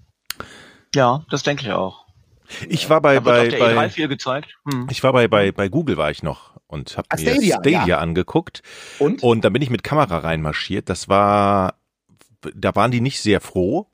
Ja, das denke ich auch. Ich war bei Da wird bei auf der E drei bei viel gezeigt. Hm. Ich war bei, bei, bei Google war ich noch und habe Ah, mir Stadia, Stadia ja. angeguckt Und? und dann bin ich mit Kamera reinmarschiert. Das war, da waren die nicht sehr froh.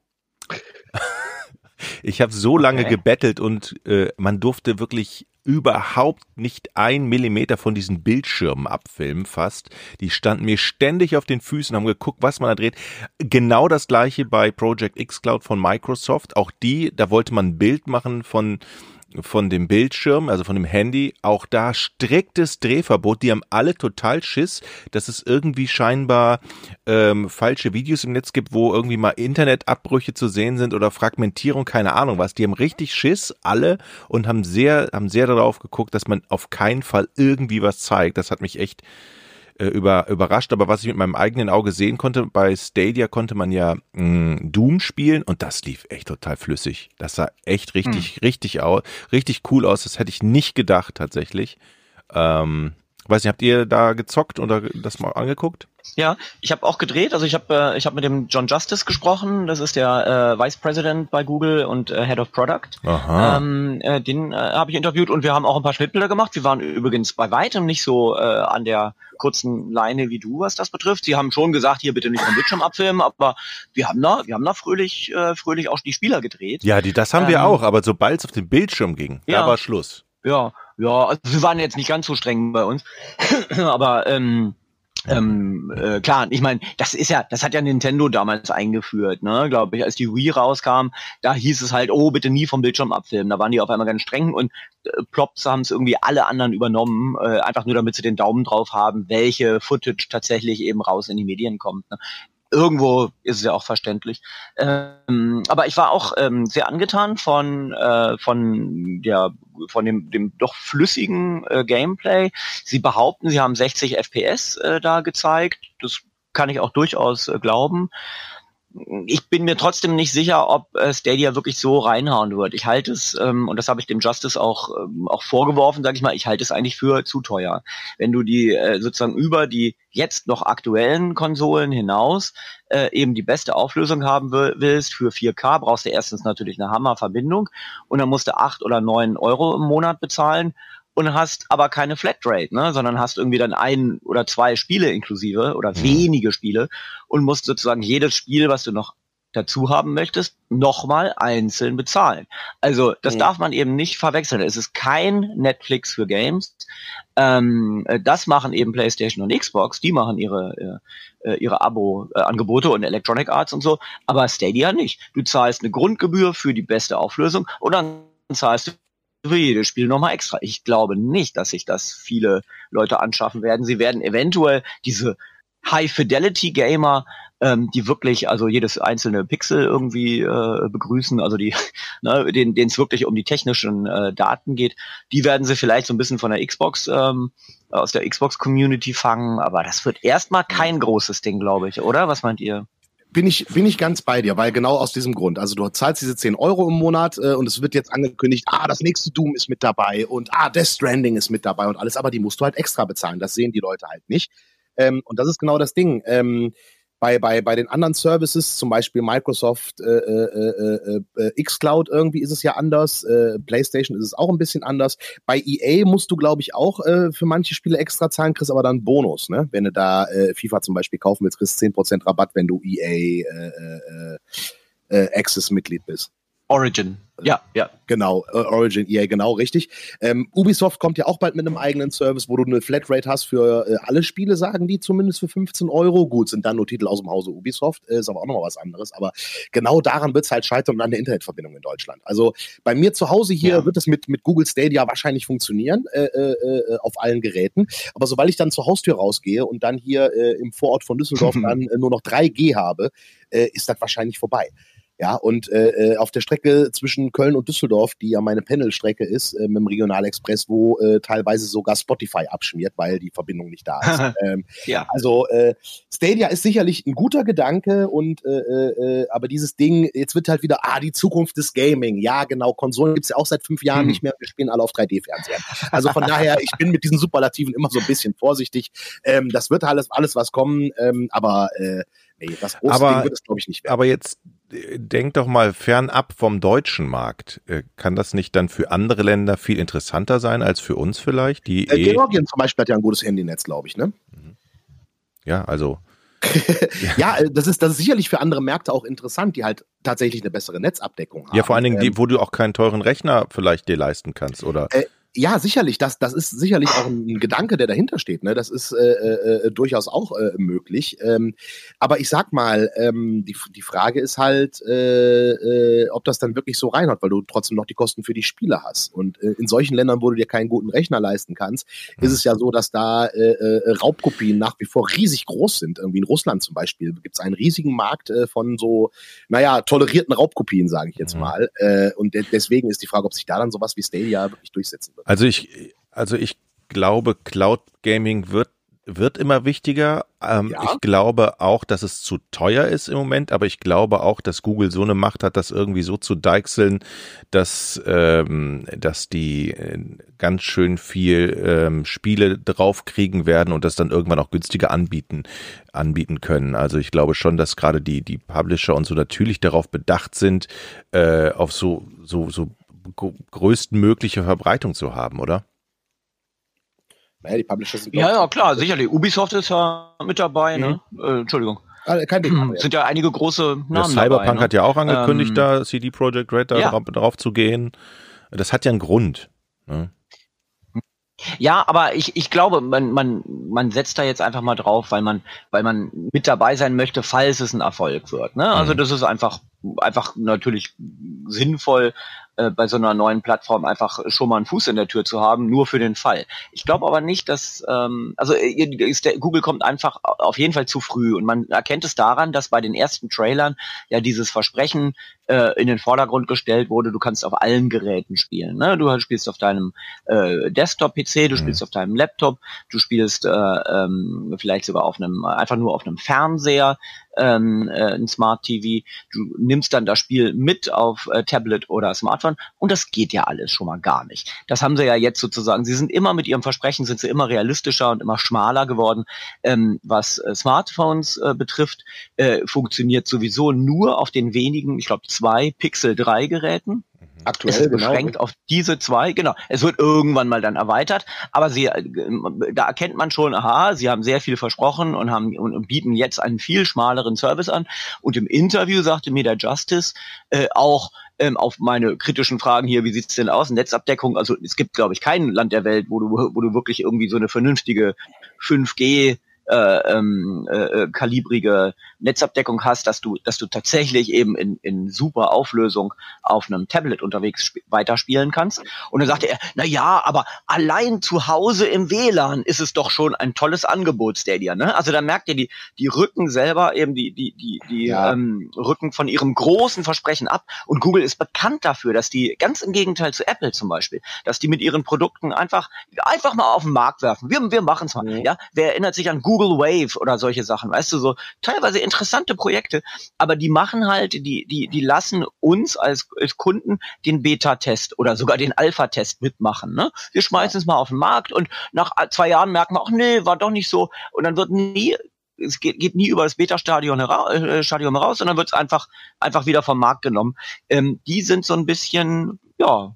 Ich habe so lange Okay. gebettelt und äh, man durfte wirklich überhaupt nicht ein Millimeter von diesen Bildschirmen abfilmen fast. Die standen mir ständig auf den Füßen, haben geguckt, was man da dreht. Genau das gleiche bei Project xCloud von Microsoft. Auch die, da wollte man ein Bild machen von von dem Bildschirm, also von dem Handy, auch da striktes Drehverbot. Die haben alle total Schiss, dass es irgendwie scheinbar ähm, falsche Videos im Netz gibt, wo irgendwie mal Internetabbrüche zu sehen sind oder Fragmentierung, keine Ahnung was. Die haben richtig Schiss, alle, und haben sehr, haben sehr darauf geguckt, dass man auf keinen Fall irgendwie was zeigt. Das hat mich echt äh, über, überrascht. Aber was ich mit meinem eigenen Auge sehen konnte, bei Stadia konnte man ja mh, Doom spielen und das lief echt total flüssig. Das sah echt richtig, hm. richtig aus, richtig cool aus. Das hätte ich nicht gedacht tatsächlich. Ähm, weiß nicht, habt ihr da gezockt oder das mal angeguckt? Ja, ich habe auch gedreht. Also ich habe äh, ich habe mit dem John Justice gesprochen. Das ist der äh, Vice President bei Google und äh, Head of Product. Aha. Ähm, äh, den äh, habe ich interviewt und wir haben auch ein paar Schnittbilder gemacht. Wir waren übrigens bei weitem nicht so äh, an der kurzen Leine wie du, was das betrifft. Sie haben schon gesagt, hier bitte nicht vom Bildschirm abfilmen, aber wir haben da, wir haben da fröhlich, äh, fröhlich auch die Spieler gedreht. Ja, die, das haben wir Ähm, auch, aber sobald es auf den Bildschirm ging, Ja. da war Schluss. Ja, ja, also wir waren jetzt nicht ganz so streng bei uns, aber ähm, Ähm, äh, klar, ich meine, das ist ja, das hat ja Nintendo damals eingeführt, ne, glaube ich, als die Wii rauskam, da hieß es halt, oh, bitte nie vom Bildschirm abfilmen, da waren die auf einmal ganz streng und äh, Plops haben es irgendwie alle anderen übernommen, äh, einfach nur damit sie den Daumen drauf haben, welche Footage tatsächlich eben raus in die Medien kommt, ne. Irgendwo ist es ja auch verständlich. Ähm, aber ich war auch ähm, sehr angetan von äh, von der von dem dem doch flüssigen äh, Gameplay. Sie behaupten, sie haben sechzig F P S äh, da gezeigt. Das kann ich auch durchaus äh, glauben. Ich bin mir trotzdem nicht sicher, ob äh, Stadia wirklich so reinhauen wird. Ich halte es, ähm, und das habe ich dem Justice auch ähm, auch vorgeworfen, sage ich mal, ich halte es eigentlich für zu teuer. Wenn du die äh, sozusagen über die jetzt noch aktuellen Konsolen hinaus äh, eben die beste Auflösung haben will, willst für vier K, brauchst du erstens natürlich eine Hammerverbindung und dann musst du acht oder neun Euro im Monat bezahlen. Und hast aber keine Flatrate, ne, sondern hast irgendwie dann ein oder zwei Spiele inklusive oder mhm. wenige Spiele und musst sozusagen jedes Spiel, was du noch dazu haben möchtest, nochmal einzeln bezahlen. Also das mhm. darf man eben nicht verwechseln. Es ist kein Netflix für Games. Ähm, das machen eben PlayStation und Xbox. Die machen ihre äh, ihre Abo-Angebote und Electronic Arts und so. Aber Stadia nicht. Du zahlst eine Grundgebühr für die beste Auflösung und dann zahlst du für jedes Spiel nochmal extra. Ich glaube nicht, dass sich das viele Leute anschaffen werden. Sie werden eventuell diese High-Fidelity-Gamer, ähm, die wirklich also jedes einzelne Pixel irgendwie äh, begrüßen, also die, ne, denen es wirklich um die technischen äh, Daten geht, die werden sie vielleicht so ein bisschen von der Xbox, ähm, aus der Xbox-Community fangen, aber das wird erstmal kein großes Ding, glaube ich, oder? Was meint ihr? Bin ich, bin ich ganz bei dir, weil genau aus diesem Grund. Also du zahlst diese zehn Euro im Monat äh, und es wird jetzt angekündigt, ah, das nächste Doom ist mit dabei und ah, Death Stranding ist mit dabei und alles, aber die musst du halt extra bezahlen. Das sehen die Leute halt nicht. Ähm, und das ist genau das Ding. Ähm, bei, bei, bei den anderen Services, zum Beispiel Microsoft, äh, äh, äh, äh, xCloud irgendwie ist es ja anders, äh, PlayStation ist es auch ein bisschen anders. Bei E A musst du, glaube ich, auch äh, für manche Spiele extra zahlen, kriegst aber dann Bonus, ne? Wenn du da äh, FIFA zum Beispiel kaufen willst, kriegst du zehn Prozent Rabatt, wenn du E A äh, äh, äh, Access-Mitglied bist. Origin, ja, ja. Genau, äh, Origin, E A, genau, richtig. Ähm, Ubisoft kommt ja auch bald mit einem eigenen Service, wo du eine Flatrate hast für äh, alle Spiele, sagen die zumindest für fünfzehn Euro. Gut, sind dann nur Titel aus dem Hause Ubisoft, äh, ist aber auch nochmal was anderes. Aber genau daran wird es halt scheitern und an der Internetverbindung in Deutschland. Also bei mir zu Hause hier ja. wird es mit, mit Google Stadia wahrscheinlich funktionieren, äh, äh, auf allen Geräten. Aber sobald ich dann zur Haustür rausgehe und dann hier äh, im Vorort von Düsseldorf dann äh, nur noch drei G habe, äh, ist das wahrscheinlich vorbei. Ja, und äh, auf der Strecke zwischen Köln und Düsseldorf, die ja meine Pendelstrecke ist, äh, mit dem Regionalexpress, wo äh, teilweise sogar Spotify abschmiert, weil die Verbindung nicht da ist. ähm, ja. Also äh, Stadia ist sicherlich ein guter Gedanke, und äh, äh, aber dieses Ding, jetzt wird halt wieder, ah, die Zukunft des Gaming. Ja, genau, Konsolen gibt's ja auch seit fünf Jahren hm. nicht mehr, wir spielen alle auf drei D-Fernsehern. Also von daher, ich bin mit diesen Superlativen immer so ein bisschen vorsichtig. Ähm, das wird alles, alles was kommen, ähm, aber äh, nee, das große aber, Ding wird es, glaube ich, nicht werden. Aber jetzt denk doch mal fernab vom deutschen Markt. Kann das nicht dann für andere Länder viel interessanter sein als für uns vielleicht? Die äh, Georgien zum Beispiel hat ja ein gutes Handynetz, glaube ich, ne? Ja, also. ja, das ist, das ist sicherlich für andere Märkte auch interessant, die halt tatsächlich eine bessere Netzabdeckung haben. Ja, vor allen Dingen, die, wo du auch keinen teuren Rechner vielleicht dir leisten kannst, oder? Äh, Ja, sicherlich. Das, das ist sicherlich auch ein Gedanke, der dahinter steht. Ne? Das ist äh, äh, durchaus auch äh, möglich. Ähm, aber ich sag mal, ähm, die, die Frage ist halt, äh, äh, ob das dann wirklich so reinhaut, weil du trotzdem noch die Kosten für die Spiele hast. Und äh, in solchen Ländern, wo du dir keinen guten Rechner leisten kannst, mhm. ist es ja so, dass da äh, äh, Raubkopien nach wie vor riesig groß sind. Irgendwie in Russland zum Beispiel gibt es einen riesigen Markt äh, von so, naja, tolerierten Raubkopien, sage ich jetzt mhm. mal. Äh, und de- deswegen ist die Frage, ob sich da dann sowas wie Stadia wirklich durchsetzen wird. Also ich, also ich glaube, Cloud Gaming wird wird immer wichtiger. Ähm, ja. Ich glaube auch, dass es zu teuer ist im Moment, aber ich glaube auch, dass Google so eine Macht hat, das irgendwie so zu deichseln, dass ähm, dass die äh, ganz schön viel ähm, Spiele draufkriegen werden und das dann irgendwann auch günstiger anbieten anbieten können. Also ich glaube schon, dass gerade die die Publisher und so natürlich darauf bedacht sind, äh, auf so so so größtmögliche Verbreitung zu haben, oder? Naja, die Publisher sind ja, ja, klar, sicherlich. Ubisoft ist ja mit dabei, mhm. ne? Äh, Entschuldigung. Ah, kein Ding. Sind ja einige große Namen ja, Cyberpunk dabei, ne? hat ja auch angekündigt, ähm, da C D Projekt Red da ja. drauf, drauf zu gehen. Das hat ja einen Grund. Ne? Ja, aber ich, ich glaube, man, man, man setzt da jetzt einfach mal drauf, weil man, weil man mit dabei sein möchte, falls es ein Erfolg wird. Ne? Also das ist einfach, einfach natürlich sinnvoll, äh, bei so einer neuen Plattform einfach schon mal einen Fuß in der Tür zu haben, nur für den Fall. Ich glaube aber nicht, dass, ähm, also ist der, Google kommt einfach auf jeden Fall zu früh und man erkennt es daran, dass bei den ersten Trailern ja dieses Versprechen äh, in den Vordergrund gestellt wurde, du kannst auf allen Geräten spielen. Ne? Du spielst auf deinem äh, Desktop-P C, du spielst mhm. auf deinem Laptop, du spielst äh, ähm, vielleicht sogar auf einem, einfach nur auf einem Fernseher, ähm, äh, ein Smart T V, du nimmst dann das Spiel mit auf äh, Tablet oder Smartphone und das geht ja alles schon mal gar nicht. Das haben sie ja jetzt sozusagen, sie sind immer mit ihrem Versprechen, sind sie immer realistischer und immer schmaler geworden, ähm, was äh, Smartphones äh, betrifft, äh, funktioniert sowieso nur auf den wenigen, ich glaube zwei Pixel drei Geräten. Aktuell es ist beschränkt genau auf diese zwei, genau. Es wird irgendwann mal dann erweitert, aber sie, da erkennt man schon, aha, sie haben sehr viel versprochen und haben und bieten jetzt einen viel schmaleren Service an. Und im Interview sagte mir der Justice äh, auch ähm, auf meine kritischen Fragen hier, wie sieht's denn aus, Netzabdeckung? Also es gibt, glaube ich, kein Land der Welt, wo du, wo du wirklich irgendwie so eine vernünftige fünf G Äh, ähm, äh, kalibrige Netzabdeckung hast, dass du, dass du tatsächlich eben in, in super Auflösung auf einem Tablet unterwegs sp- weiterspielen kannst. Und dann sagte er, na ja, aber allein zu Hause im W L A N ist es doch schon ein tolles Angebot, Stadia, ne? Also da merkt ihr, die, die rücken selber eben die, die, die, die ja. ähm, rücken von ihrem großen Versprechen ab. Und Google ist bekannt dafür, dass die, ganz im Gegenteil zu Apple zum Beispiel, dass die mit ihren Produkten einfach, einfach mal auf den Markt werfen. Wir, wir machen's mal, mhm. ja? Wer erinnert sich an Google Google Wave oder solche Sachen, weißt du, so teilweise interessante Projekte, aber die machen halt, die die die lassen uns als, als Kunden den Beta-Test oder sogar den Alpha-Test mitmachen, ne? Wir schmeißen es mal auf den Markt und nach zwei Jahren merken wir, ach nee, war doch nicht so und dann wird nie es geht, geht nie über das Beta-Stadion hera- äh, Stadium heraus, sondern wird es einfach einfach wieder vom Markt genommen. Ähm, die sind so ein bisschen, ja,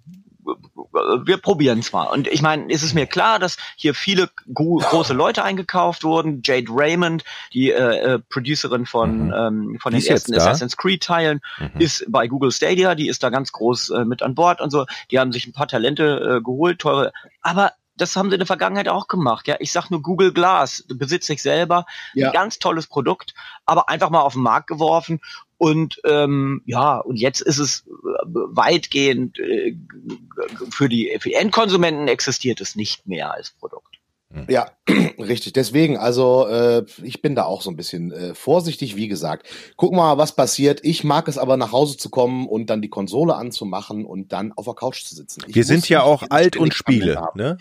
wir probieren es mal. Und ich meine, ist es mir klar, dass hier viele gro- große Leute eingekauft wurden. Jade Raymond, die äh, äh, Producerin von, mhm. ähm, von den ersten Assassin's Creed-Teilen, mhm. ist bei Google Stadia, die ist da ganz groß äh, mit an Bord und so. Die haben sich ein paar Talente äh, geholt, teure. Aber das haben sie in der Vergangenheit auch gemacht. Ja, ich sag nur Google Glass, besitze ich selber, ja. Ein ganz tolles Produkt, aber einfach mal auf den Markt geworfen. Und ähm, ja, und jetzt ist es weitgehend äh, für die, für die Endkonsumenten existiert es nicht mehr als Produkt. Ja, richtig. Deswegen, also äh, ich bin da auch so ein bisschen äh, vorsichtig, wie gesagt. Guck mal, was passiert. Ich mag es aber, nach Hause zu kommen und dann die Konsole anzumachen und dann auf der Couch zu sitzen. Ich Wir sind ja auch alt und Spiele, ne?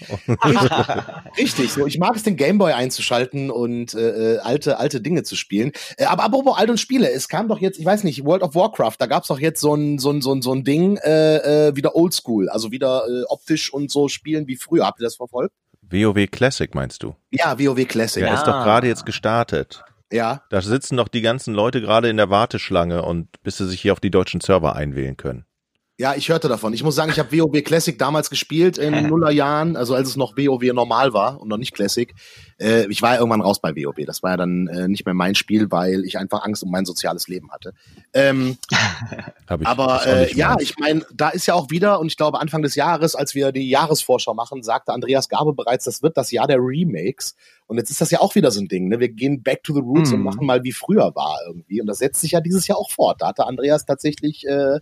Richtig, so. Ich mag es, den Gameboy einzuschalten und äh, alte alte Dinge zu spielen. Äh, aber apropos alt und Spiele, es kam doch jetzt, ich weiß nicht, World of Warcraft, da gab's doch jetzt so ein so ein so ein so ein Ding, äh, äh, wieder Oldschool, also wieder äh, optisch und so spielen wie früher. Habt ihr das verfolgt? WoW Classic meinst du? Ja, WoW Classic. Ja, ja. Ist doch gerade jetzt gestartet. Ja. Da sitzen doch die ganzen Leute gerade in der Warteschlange und bis sie sich hier auf die deutschen Server einwählen können. Ja, ich hörte davon. Ich muss sagen, ich habe WoW Classic damals gespielt in den Nullerjahren, also als es noch WoW normal war und noch nicht Classic. Äh, ich war ja irgendwann raus bei WoW. Das war ja dann äh, nicht mehr mein Spiel, weil ich einfach Angst um mein soziales Leben hatte. Ähm, Hab ich, aber äh, ja, ich meine, da ist ja auch wieder, und ich glaube Anfang des Jahres, als wir die Jahresvorschau machen, sagte Andreas Gabe bereits, das wird das Jahr der Remakes. Und jetzt ist das ja auch wieder so ein Ding, ne? Wir gehen back to the roots hm. und machen mal, wie früher war irgendwie. Und das setzt sich ja dieses Jahr auch fort. Da hatte Andreas tatsächlich äh,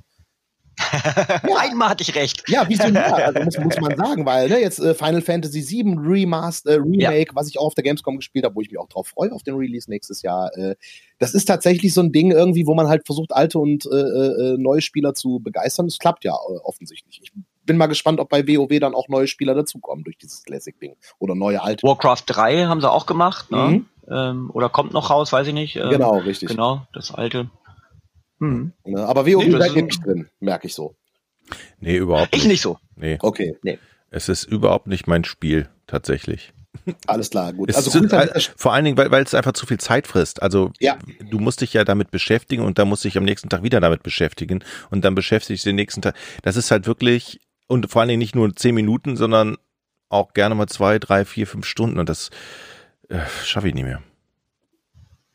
ja. Einmal hatte ich recht. Ja, visionär, also muss, muss man sagen, weil ne, jetzt äh, Final Fantasy sieben Remaster, äh, Remake, ja. was ich auch auf der Gamescom gespielt habe, wo ich mich auch drauf freue, auf den Release nächstes Jahr. Äh, das ist tatsächlich so ein Ding irgendwie, wo man halt versucht, alte und äh, äh, neue Spieler zu begeistern. Das klappt ja äh, offensichtlich. Ich bin mal gespannt, ob bei WoW dann auch neue Spieler dazukommen durch dieses Classic-Ding. Oder neue alte. Warcraft drei haben sie auch gemacht, ne? Mhm. Ähm, oder kommt noch raus, weiß ich nicht. Ähm, genau, richtig. Genau, das alte. Hm. Aber WoW nee, seid ihr nicht drin, merke ich so. Nee, überhaupt nicht. Ich nicht so. Nee. Okay. Nee. Es ist überhaupt nicht mein Spiel, tatsächlich. Alles klar, gut. Also gut, äh, vor allen Dingen, weil, weil es einfach zu viel Zeit frisst. Also ja. Du musst dich ja damit beschäftigen und dann musst du dich am nächsten Tag wieder damit beschäftigen und dann beschäftigst du den nächsten Tag. Das ist halt wirklich, und vor allen Dingen nicht nur zehn Minuten, sondern auch gerne mal zwei, drei, vier, fünf Stunden und das äh, schaffe ich nicht mehr.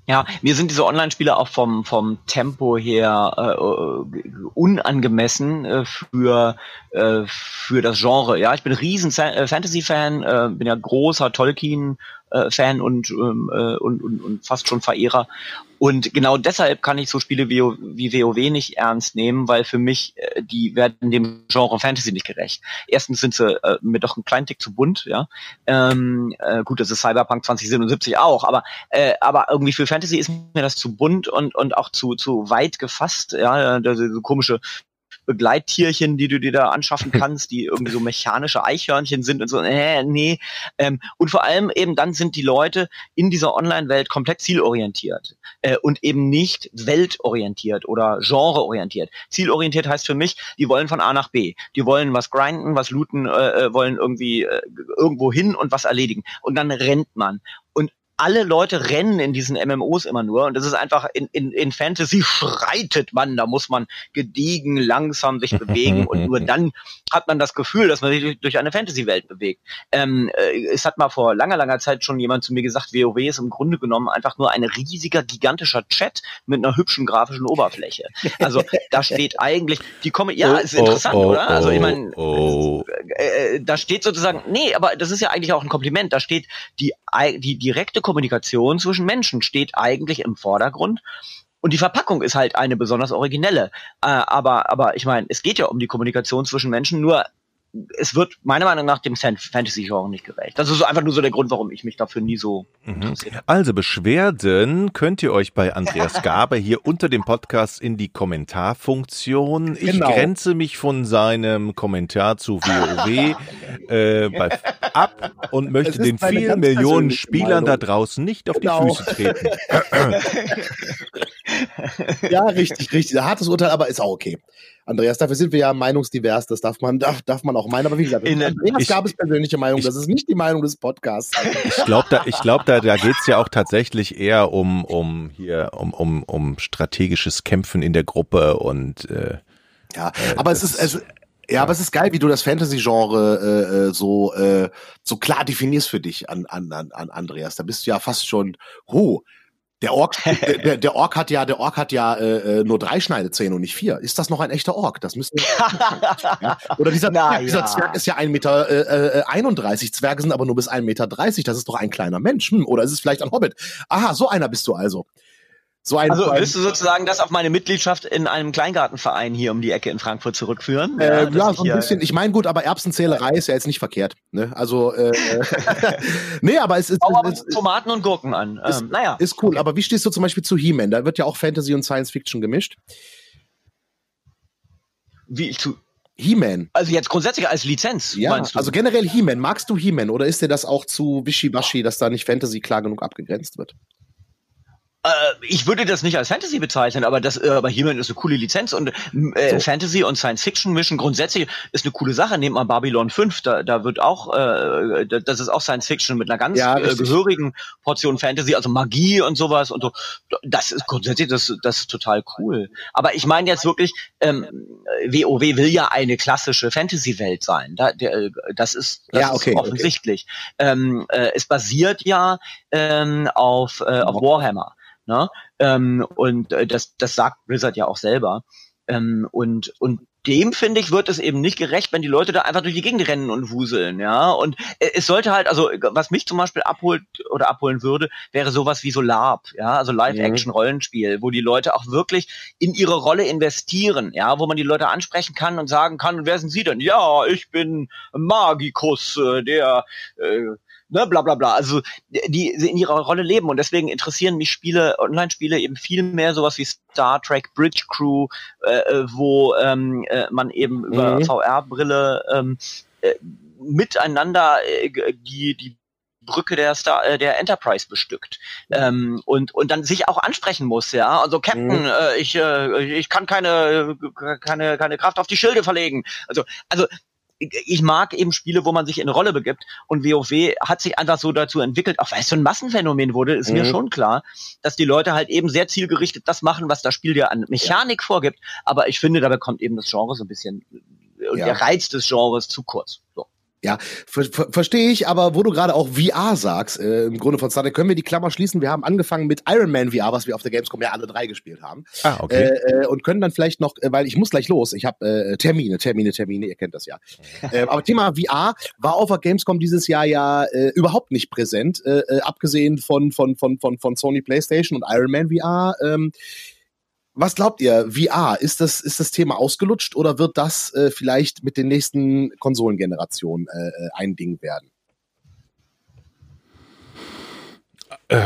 Ja, mir sind diese Online-Spiele auch vom vom Tempo her äh, unangemessen äh, für äh, für das Genre. Ja, ich bin ein riesen Sa- Fantasy-Fan, äh, bin ja großer Tolkien-Fan und, ähm, äh, und und und fast schon Verehrer. Und genau deshalb kann ich so Spiele wie, wie WoW nicht ernst nehmen, weil für mich, äh, die werden dem Genre Fantasy nicht gerecht. Erstens sind sie äh, mir doch einen kleinen Tick zu bunt, ja. Ähm, äh, gut, das ist Cyberpunk zwanzig siebenundsiebzig auch, aber äh, aber irgendwie für Fantasy ist mir das zu bunt und und auch zu zu weit gefasst, ja, so komische Begleittierchen, die du dir da anschaffen kannst, die irgendwie so mechanische Eichhörnchen sind und so, äh, nee. Ähm, und vor allem eben dann sind die Leute in dieser Online-Welt komplett zielorientiert äh, und eben nicht weltorientiert oder genreorientiert. Zielorientiert heißt für mich, die wollen von A nach B. Die wollen was grinden, was looten, äh, wollen irgendwie äh, irgendwo hin und was erledigen. Und dann rennt man. Und alle Leute rennen in diesen M M Os immer nur und das ist einfach, in, in, in Fantasy schreitet man, da muss man gediegen, langsam sich bewegen und nur dann hat man das Gefühl, dass man sich durch, durch eine Fantasy-Welt bewegt. Ähm, äh, es hat mal vor langer, langer Zeit schon jemand zu mir gesagt, WoW ist im Grunde genommen einfach nur ein riesiger, gigantischer Chat mit einer hübschen grafischen Oberfläche. Also da steht eigentlich, die kommen, ja, ist interessant, oh, oh, oder? Also ich meine, oh. äh, da steht sozusagen, nee, aber das ist ja eigentlich auch ein Kompliment, da steht die, die direkte Kommunikation zwischen Menschen steht eigentlich im Vordergrund und die Verpackung ist halt eine besonders originelle. Äh, aber aber ich meine, es geht ja um die Kommunikation zwischen Menschen, nur es wird meiner Meinung nach dem Fantasy-Genre nicht gerecht. Das ist einfach nur so der Grund, warum ich mich dafür nie so mhm. interessiert habe. Also Beschwerden könnt ihr euch bei Andreas Gabe hier unter dem Podcast in die Kommentarfunktion. Ich genau. grenze mich von seinem Kommentar zu WoW äh, bei, ab und möchte den vielen Millionen Spielern Meinung. da draußen nicht auf genau. die Füße treten. Ja, richtig, richtig. Hartes Urteil, aber ist auch okay. Andreas, dafür sind wir ja meinungsdivers, das darf man, darf, darf man auch meinen, aber wie gesagt, in Andreas gab es persönliche Meinung, ich, das ist nicht die Meinung des Podcasts. Ich glaube, da, ich glaub, da, da geht's ja auch tatsächlich eher um, um hier, um, um, um strategisches Kämpfen in der Gruppe und äh, ja, aber es ist, es, ja, aber es ist geil, wie du das Fantasy-Genre äh, so äh, so klar definierst für dich, an, an, an Andreas. Da bist du ja fast schon, huh, Der Ork, der, der Ork hat ja, der Ork hat ja äh, nur drei Schneidezähne und nicht vier. Ist das noch ein echter Ork? Das müssen wir. Ja? Oder dieser, Na, dieser ja. Zwerg ist ja ein Meter äh, einunddreißig. Zwerge sind aber nur bis ein Meter dreißig. Das ist doch ein kleiner Mensch. Hm, oder ist es vielleicht ein Hobbit? Aha, so einer bist du also. So ein, also ein, willst du sozusagen das auf meine Mitgliedschaft in einem Kleingartenverein hier um die Ecke in Frankfurt zurückführen? Äh, ja, ja so ein bisschen. Ich meine, gut, aber Erbsenzählerei ist ja jetzt nicht verkehrt. Ne? Also, äh, nee, aber es ist. Bau es, es, Tomaten und Gurken an. Ist, ähm, naja. Ist cool, okay. Aber wie stehst du zum Beispiel zu He-Man? Da wird ja auch Fantasy und Science Fiction gemischt. Wie ich zu. He-Man. Also jetzt grundsätzlich als Lizenz, ja, meinst du? Also generell He-Man. Magst du He-Man oder ist dir das auch zu wischiwaschi, dass da nicht Fantasy klar genug abgegrenzt wird? Ich würde das nicht als Fantasy bezeichnen, aber das, aber He-Man ist eine coole Lizenz und äh, so. Fantasy und Science Fiction mischen grundsätzlich ist eine coole Sache. Nehmt mal Babylon fünf, da, da wird auch, äh, das ist auch Science Fiction mit einer ganz ja, äh, gehörigen Portion Fantasy, also Magie und sowas und so. Das ist grundsätzlich, das, das ist total cool. Aber ich meine jetzt wirklich, ähm, WoW will ja eine klassische Fantasy-Welt sein. Da, der, das ist, das ja, okay, ist offensichtlich. Okay. Ähm, äh, es basiert ja ähm, auf, äh, auf Warhammer. Ne? Ähm, und äh, das, das sagt Blizzard ja auch selber. Ähm, und, und dem, finde ich, wird es eben nicht gerecht, wenn die Leute da einfach durch die Gegend rennen und wuseln, ja. Und äh, es sollte halt, also was mich zum Beispiel abholt oder abholen würde, wäre sowas wie so LARP, ja, also Live-Action-Rollenspiel, wo die Leute auch wirklich in ihre Rolle investieren, ja, wo man die Leute ansprechen kann und sagen kann, wer sind sie denn? Ja, ich bin Magikus, äh, der äh, ne, bla bla bla. Also die in ihrer Rolle leben und deswegen interessieren mich Spiele, Online-Spiele eben viel mehr sowas wie Star Trek, Bridge Crew, äh, wo ähm, äh, man eben mhm. über V R-Brille ähm, äh, miteinander äh, die die Brücke der Star, äh, der Enterprise bestückt ähm, und und dann sich auch ansprechen muss, ja. Also Captain, mhm. äh, ich äh, ich kann keine keine keine Kraft auf die Schilde verlegen. Also also ich mag eben Spiele, wo man sich in eine Rolle begibt und WoW hat sich einfach so dazu entwickelt, auch weil es so ein Massenphänomen wurde, ist mhm. mir schon klar, dass die Leute halt eben sehr zielgerichtet das machen, was das Spiel dir an Mechanik ja. vorgibt, aber ich finde, dabei kommt eben das Genre so ein bisschen, ja. der Reiz des Genres zu kurz. So. Ja, ver ver verstehe ich, aber wo du gerade auch V R sagst, äh, im Grunde von Star Trek, können wir die Klammer schließen. Wir haben angefangen mit Iron Man V R, was wir auf der Gamescom ja alle drei gespielt haben. Ah, okay. Äh, und können dann vielleicht noch, äh, weil ich muss gleich los, ich habe äh, Termine, Termine, Termine, ihr kennt das ja. äh, aber Thema V R war auf der Gamescom dieses Jahr ja äh, überhaupt nicht präsent, äh, äh, abgesehen von, von, von, von, von Sony PlayStation und Iron Man V R. Ähm, Was glaubt ihr, V R, ist das, ist das Thema ausgelutscht oder wird das äh, vielleicht mit den nächsten Konsolengenerationen äh, ein Ding werden? Äh,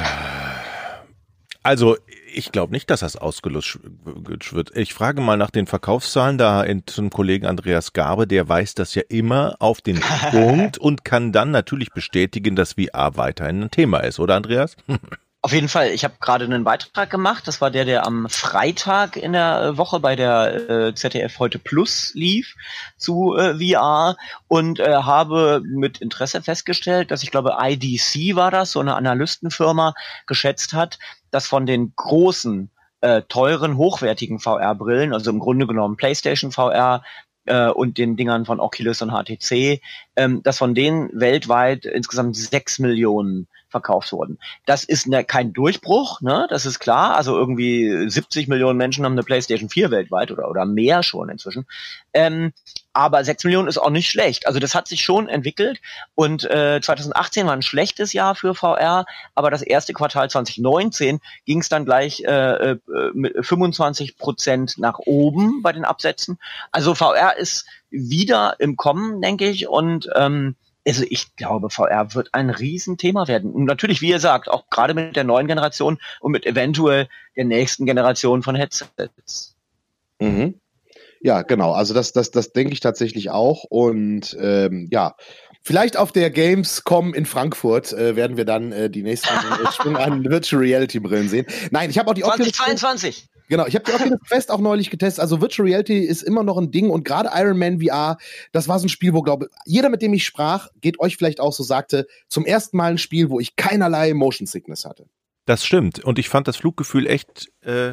also ich glaube nicht, dass das ausgelutscht wird. Ich frage mal nach den Verkaufszahlen da zum Kollegen Andreas Garbe, der weiß das ja immer auf den Punkt und kann dann natürlich bestätigen, dass V R weiterhin ein Thema ist, oder Andreas? Auf jeden Fall. Ich habe gerade einen Beitrag gemacht. Das war der, der am Freitag in der Woche bei der äh, Z D F Heute Plus lief zu äh, V R und äh, habe mit Interesse festgestellt, dass ich glaube, I D C war das, so eine Analystenfirma, geschätzt hat, dass von den großen, äh, teuren, hochwertigen V R-Brillen, also im Grunde genommen PlayStation V R, äh, und den Dingern von Oculus und H T C, ähm, dass von denen weltweit insgesamt sechs Millionen verkauft wurden. Das ist ne, kein Durchbruch, ne? Das ist klar. Also irgendwie siebzig Millionen Menschen haben eine PlayStation vier weltweit oder oder mehr schon inzwischen. Ähm, aber sechs Millionen ist auch nicht schlecht. Also das hat sich schon entwickelt und äh, zwanzig achtzehn war ein schlechtes Jahr für V R, aber das erste Quartal zwanzig neunzehn ging es dann gleich äh, äh, mit fünfundzwanzig Prozent nach oben bei den Absätzen. Also V R ist wieder im Kommen, denke ich, und ähm, also ich glaube, V R wird ein Riesenthema werden. Und natürlich, wie ihr sagt, auch gerade mit der neuen Generation und mit eventuell der nächsten Generation von Headsets. Mhm. Ja, genau. Also das, das, das denke ich tatsächlich auch. Und ähm, ja, vielleicht auf der Gamescom in Frankfurt äh, werden wir dann äh, die nächsten Schwung an Virtual Reality Brillen sehen. Nein, ich habe auch die zwanzig zweiundzwanzig. Genau, ich habe die Oculus Quest auch neulich getestet. Also Virtual Reality ist immer noch ein Ding und gerade Iron Man V R, das war so ein Spiel, wo, glaube ich, jeder, mit dem ich sprach, geht euch vielleicht auch so, sagte, zum ersten Mal ein Spiel, wo ich keinerlei Motion Sickness hatte. Das stimmt. Und ich fand das Fluggefühl echt, äh,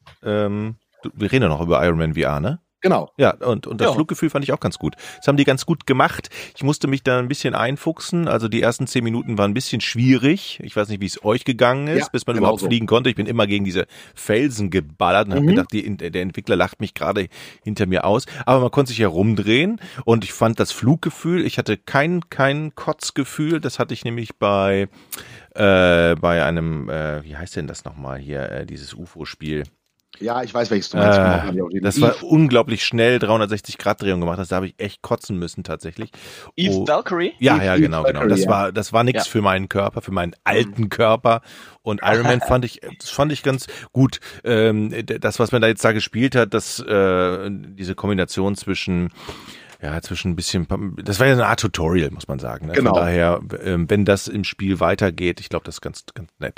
ähm, wir reden ja noch über Iron Man V R, ne? Genau. Ja, und, und das ja. Fluggefühl fand ich auch ganz gut. Das haben die ganz gut gemacht. Ich musste mich da ein bisschen einfuchsen. Also die ersten zehn Minuten waren ein bisschen schwierig. Ich weiß nicht, wie es euch gegangen ist, ja, bis man genau überhaupt so fliegen konnte. Ich bin immer gegen diese Felsen geballert und mhm. habe gedacht, die, der Entwickler lacht mich gerade hinter mir aus. Aber man konnte sich ja rumdrehen und ich fand das Fluggefühl, ich hatte kein, kein Kotzgefühl. Das hatte ich nämlich bei, äh, bei einem, äh, wie heißt denn das nochmal hier, äh, dieses U F O-Spiel? Ja, ich weiß, welches du meinst. Äh, das war Eve. Unglaublich schnell, dreihundertsechzig Grad Drehung gemacht. Das, da habe ich echt kotzen müssen tatsächlich. Eve oh, Valkyrie? Ja, Eve, ja, Eve genau, Valkyrie, genau. Das ja. war, das war nichts ja. für meinen Körper, für meinen alten Körper. Und Iron Man fand ich, das fand ich ganz gut. Ähm, das, was man da jetzt da gespielt hat, das, äh, diese Kombination zwischen Ja, zwischen ein bisschen, das war ja eine Art Tutorial, muss man sagen. Ne? Genau. Von daher, wenn das im Spiel weitergeht, ich glaube, das ist ganz, ganz nett.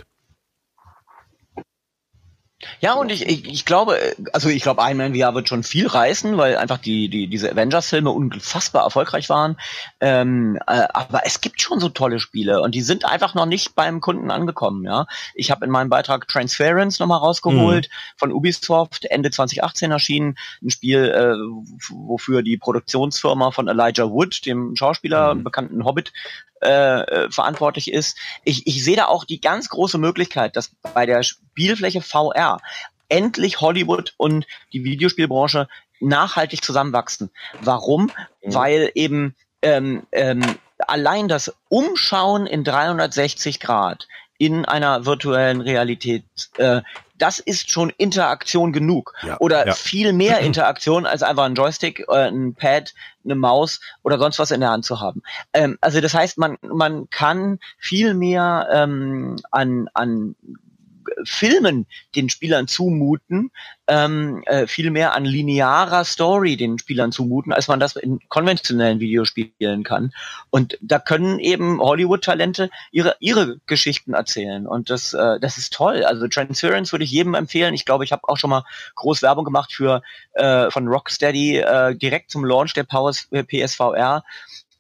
Ja, und ich, ich, ich glaube, also ich glaube, Iron Man V R wird schon viel reißen, weil einfach die, die, diese Avengers-Filme unfassbar erfolgreich waren. Ähm, äh, aber es gibt schon so tolle Spiele und die sind einfach noch nicht beim Kunden angekommen, ja. Ich habe in meinem Beitrag Transference nochmal rausgeholt, mhm. von Ubisoft, Ende zwanzig achtzehn erschienen, ein Spiel, äh, wofür die Produktionsfirma von Elijah Wood, dem Schauspieler, mhm. bekannten Hobbit, Äh, verantwortlich ist. Ich, ich sehe da auch die ganz große Möglichkeit, dass bei der Spielfläche V R endlich Hollywood und die Videospielbranche nachhaltig zusammenwachsen. Warum? Mhm. Weil eben ähm, ähm, allein das Umschauen in dreihundertsechzig Grad in einer virtuellen Realität, äh, das ist schon Interaktion genug. Ja, oder ja. viel mehr Interaktion, als einfach ein Joystick, äh, ein Pad, eine Maus oder sonst was in der Hand zu haben. Ähm, also das heißt, man man kann viel mehr ähm, an an Filmen den Spielern zumuten, ähm, äh, viel mehr an linearer Story den Spielern zumuten, als man das in konventionellen Videospielen kann. Und da können eben Hollywood-Talente ihre ihre Geschichten erzählen. Und das äh, das ist toll. Also Transference würde ich jedem empfehlen. Ich glaube, ich habe auch schon mal groß Werbung gemacht für äh, von Rocksteady äh, direkt zum Launch der P S V R.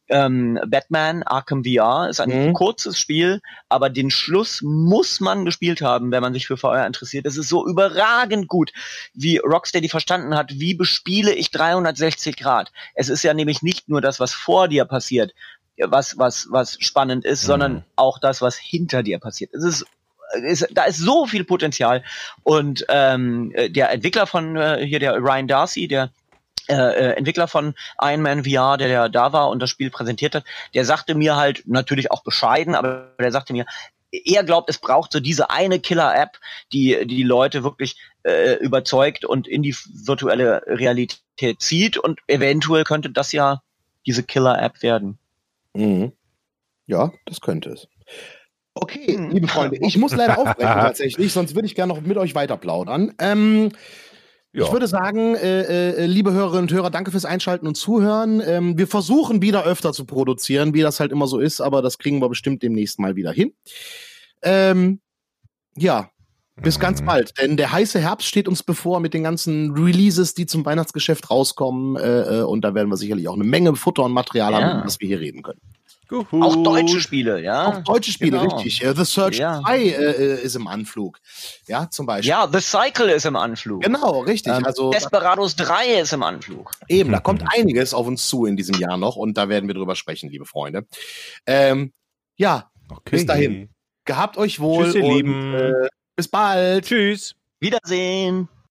ähm, Batman Arkham V R ist ein mhm. kurzes Spiel, aber den Schluss muss man gespielt haben, wenn man sich für V R interessiert. Es ist so überragend gut, wie Rocksteady verstanden hat, wie bespiele ich dreihundertsechzig Grad. Es ist ja nämlich nicht nur das, was vor dir passiert, was was was spannend ist, mhm. sondern auch das, was hinter dir passiert. Es ist Ist, da ist so viel Potenzial und ähm, der Entwickler von äh, hier, der Ryan Darcy, der äh, Entwickler von Iron Man V R, der, der da war und das Spiel präsentiert hat, der sagte mir halt, natürlich auch bescheiden, aber der sagte mir, er glaubt, es braucht so diese eine Killer-App, die die Leute wirklich äh, überzeugt und in die virtuelle Realität zieht und eventuell könnte das ja diese Killer-App werden. Mhm. Ja, das könnte es. Okay, liebe Freunde, ich muss leider aufbrechen tatsächlich, sonst würde ich gerne noch mit euch weiter plaudern. Ähm, ja. Ich würde sagen, äh, äh, liebe Hörerinnen und Hörer, danke fürs Einschalten und Zuhören. Ähm, wir versuchen wieder öfter zu produzieren, wie das halt immer so ist, aber das kriegen wir bestimmt demnächst mal wieder hin. Ähm, ja, bis mhm. ganz bald, denn der heiße Herbst steht uns bevor mit den ganzen Releases, die zum Weihnachtsgeschäft rauskommen äh, und da werden wir sicherlich auch eine Menge Futter und Material ja. haben, über das wir hier reden können. Juhu. Auch deutsche Spiele, ja. Auch deutsche Spiele, genau. Richtig. The Search ja. zwei äh, ist im Anflug. Ja, zum Beispiel. Ja, The Cycle ist im Anflug. Genau, richtig. Ähm, also Desperados drei ist im Anflug. Eben, da kommt einiges auf uns zu in diesem Jahr noch und da werden wir drüber sprechen, liebe Freunde. Ähm, ja, okay. Bis dahin. Gehabt euch wohl. Tschüss, ihr und, Lieben. Äh, bis bald. Tschüss. Wiedersehen.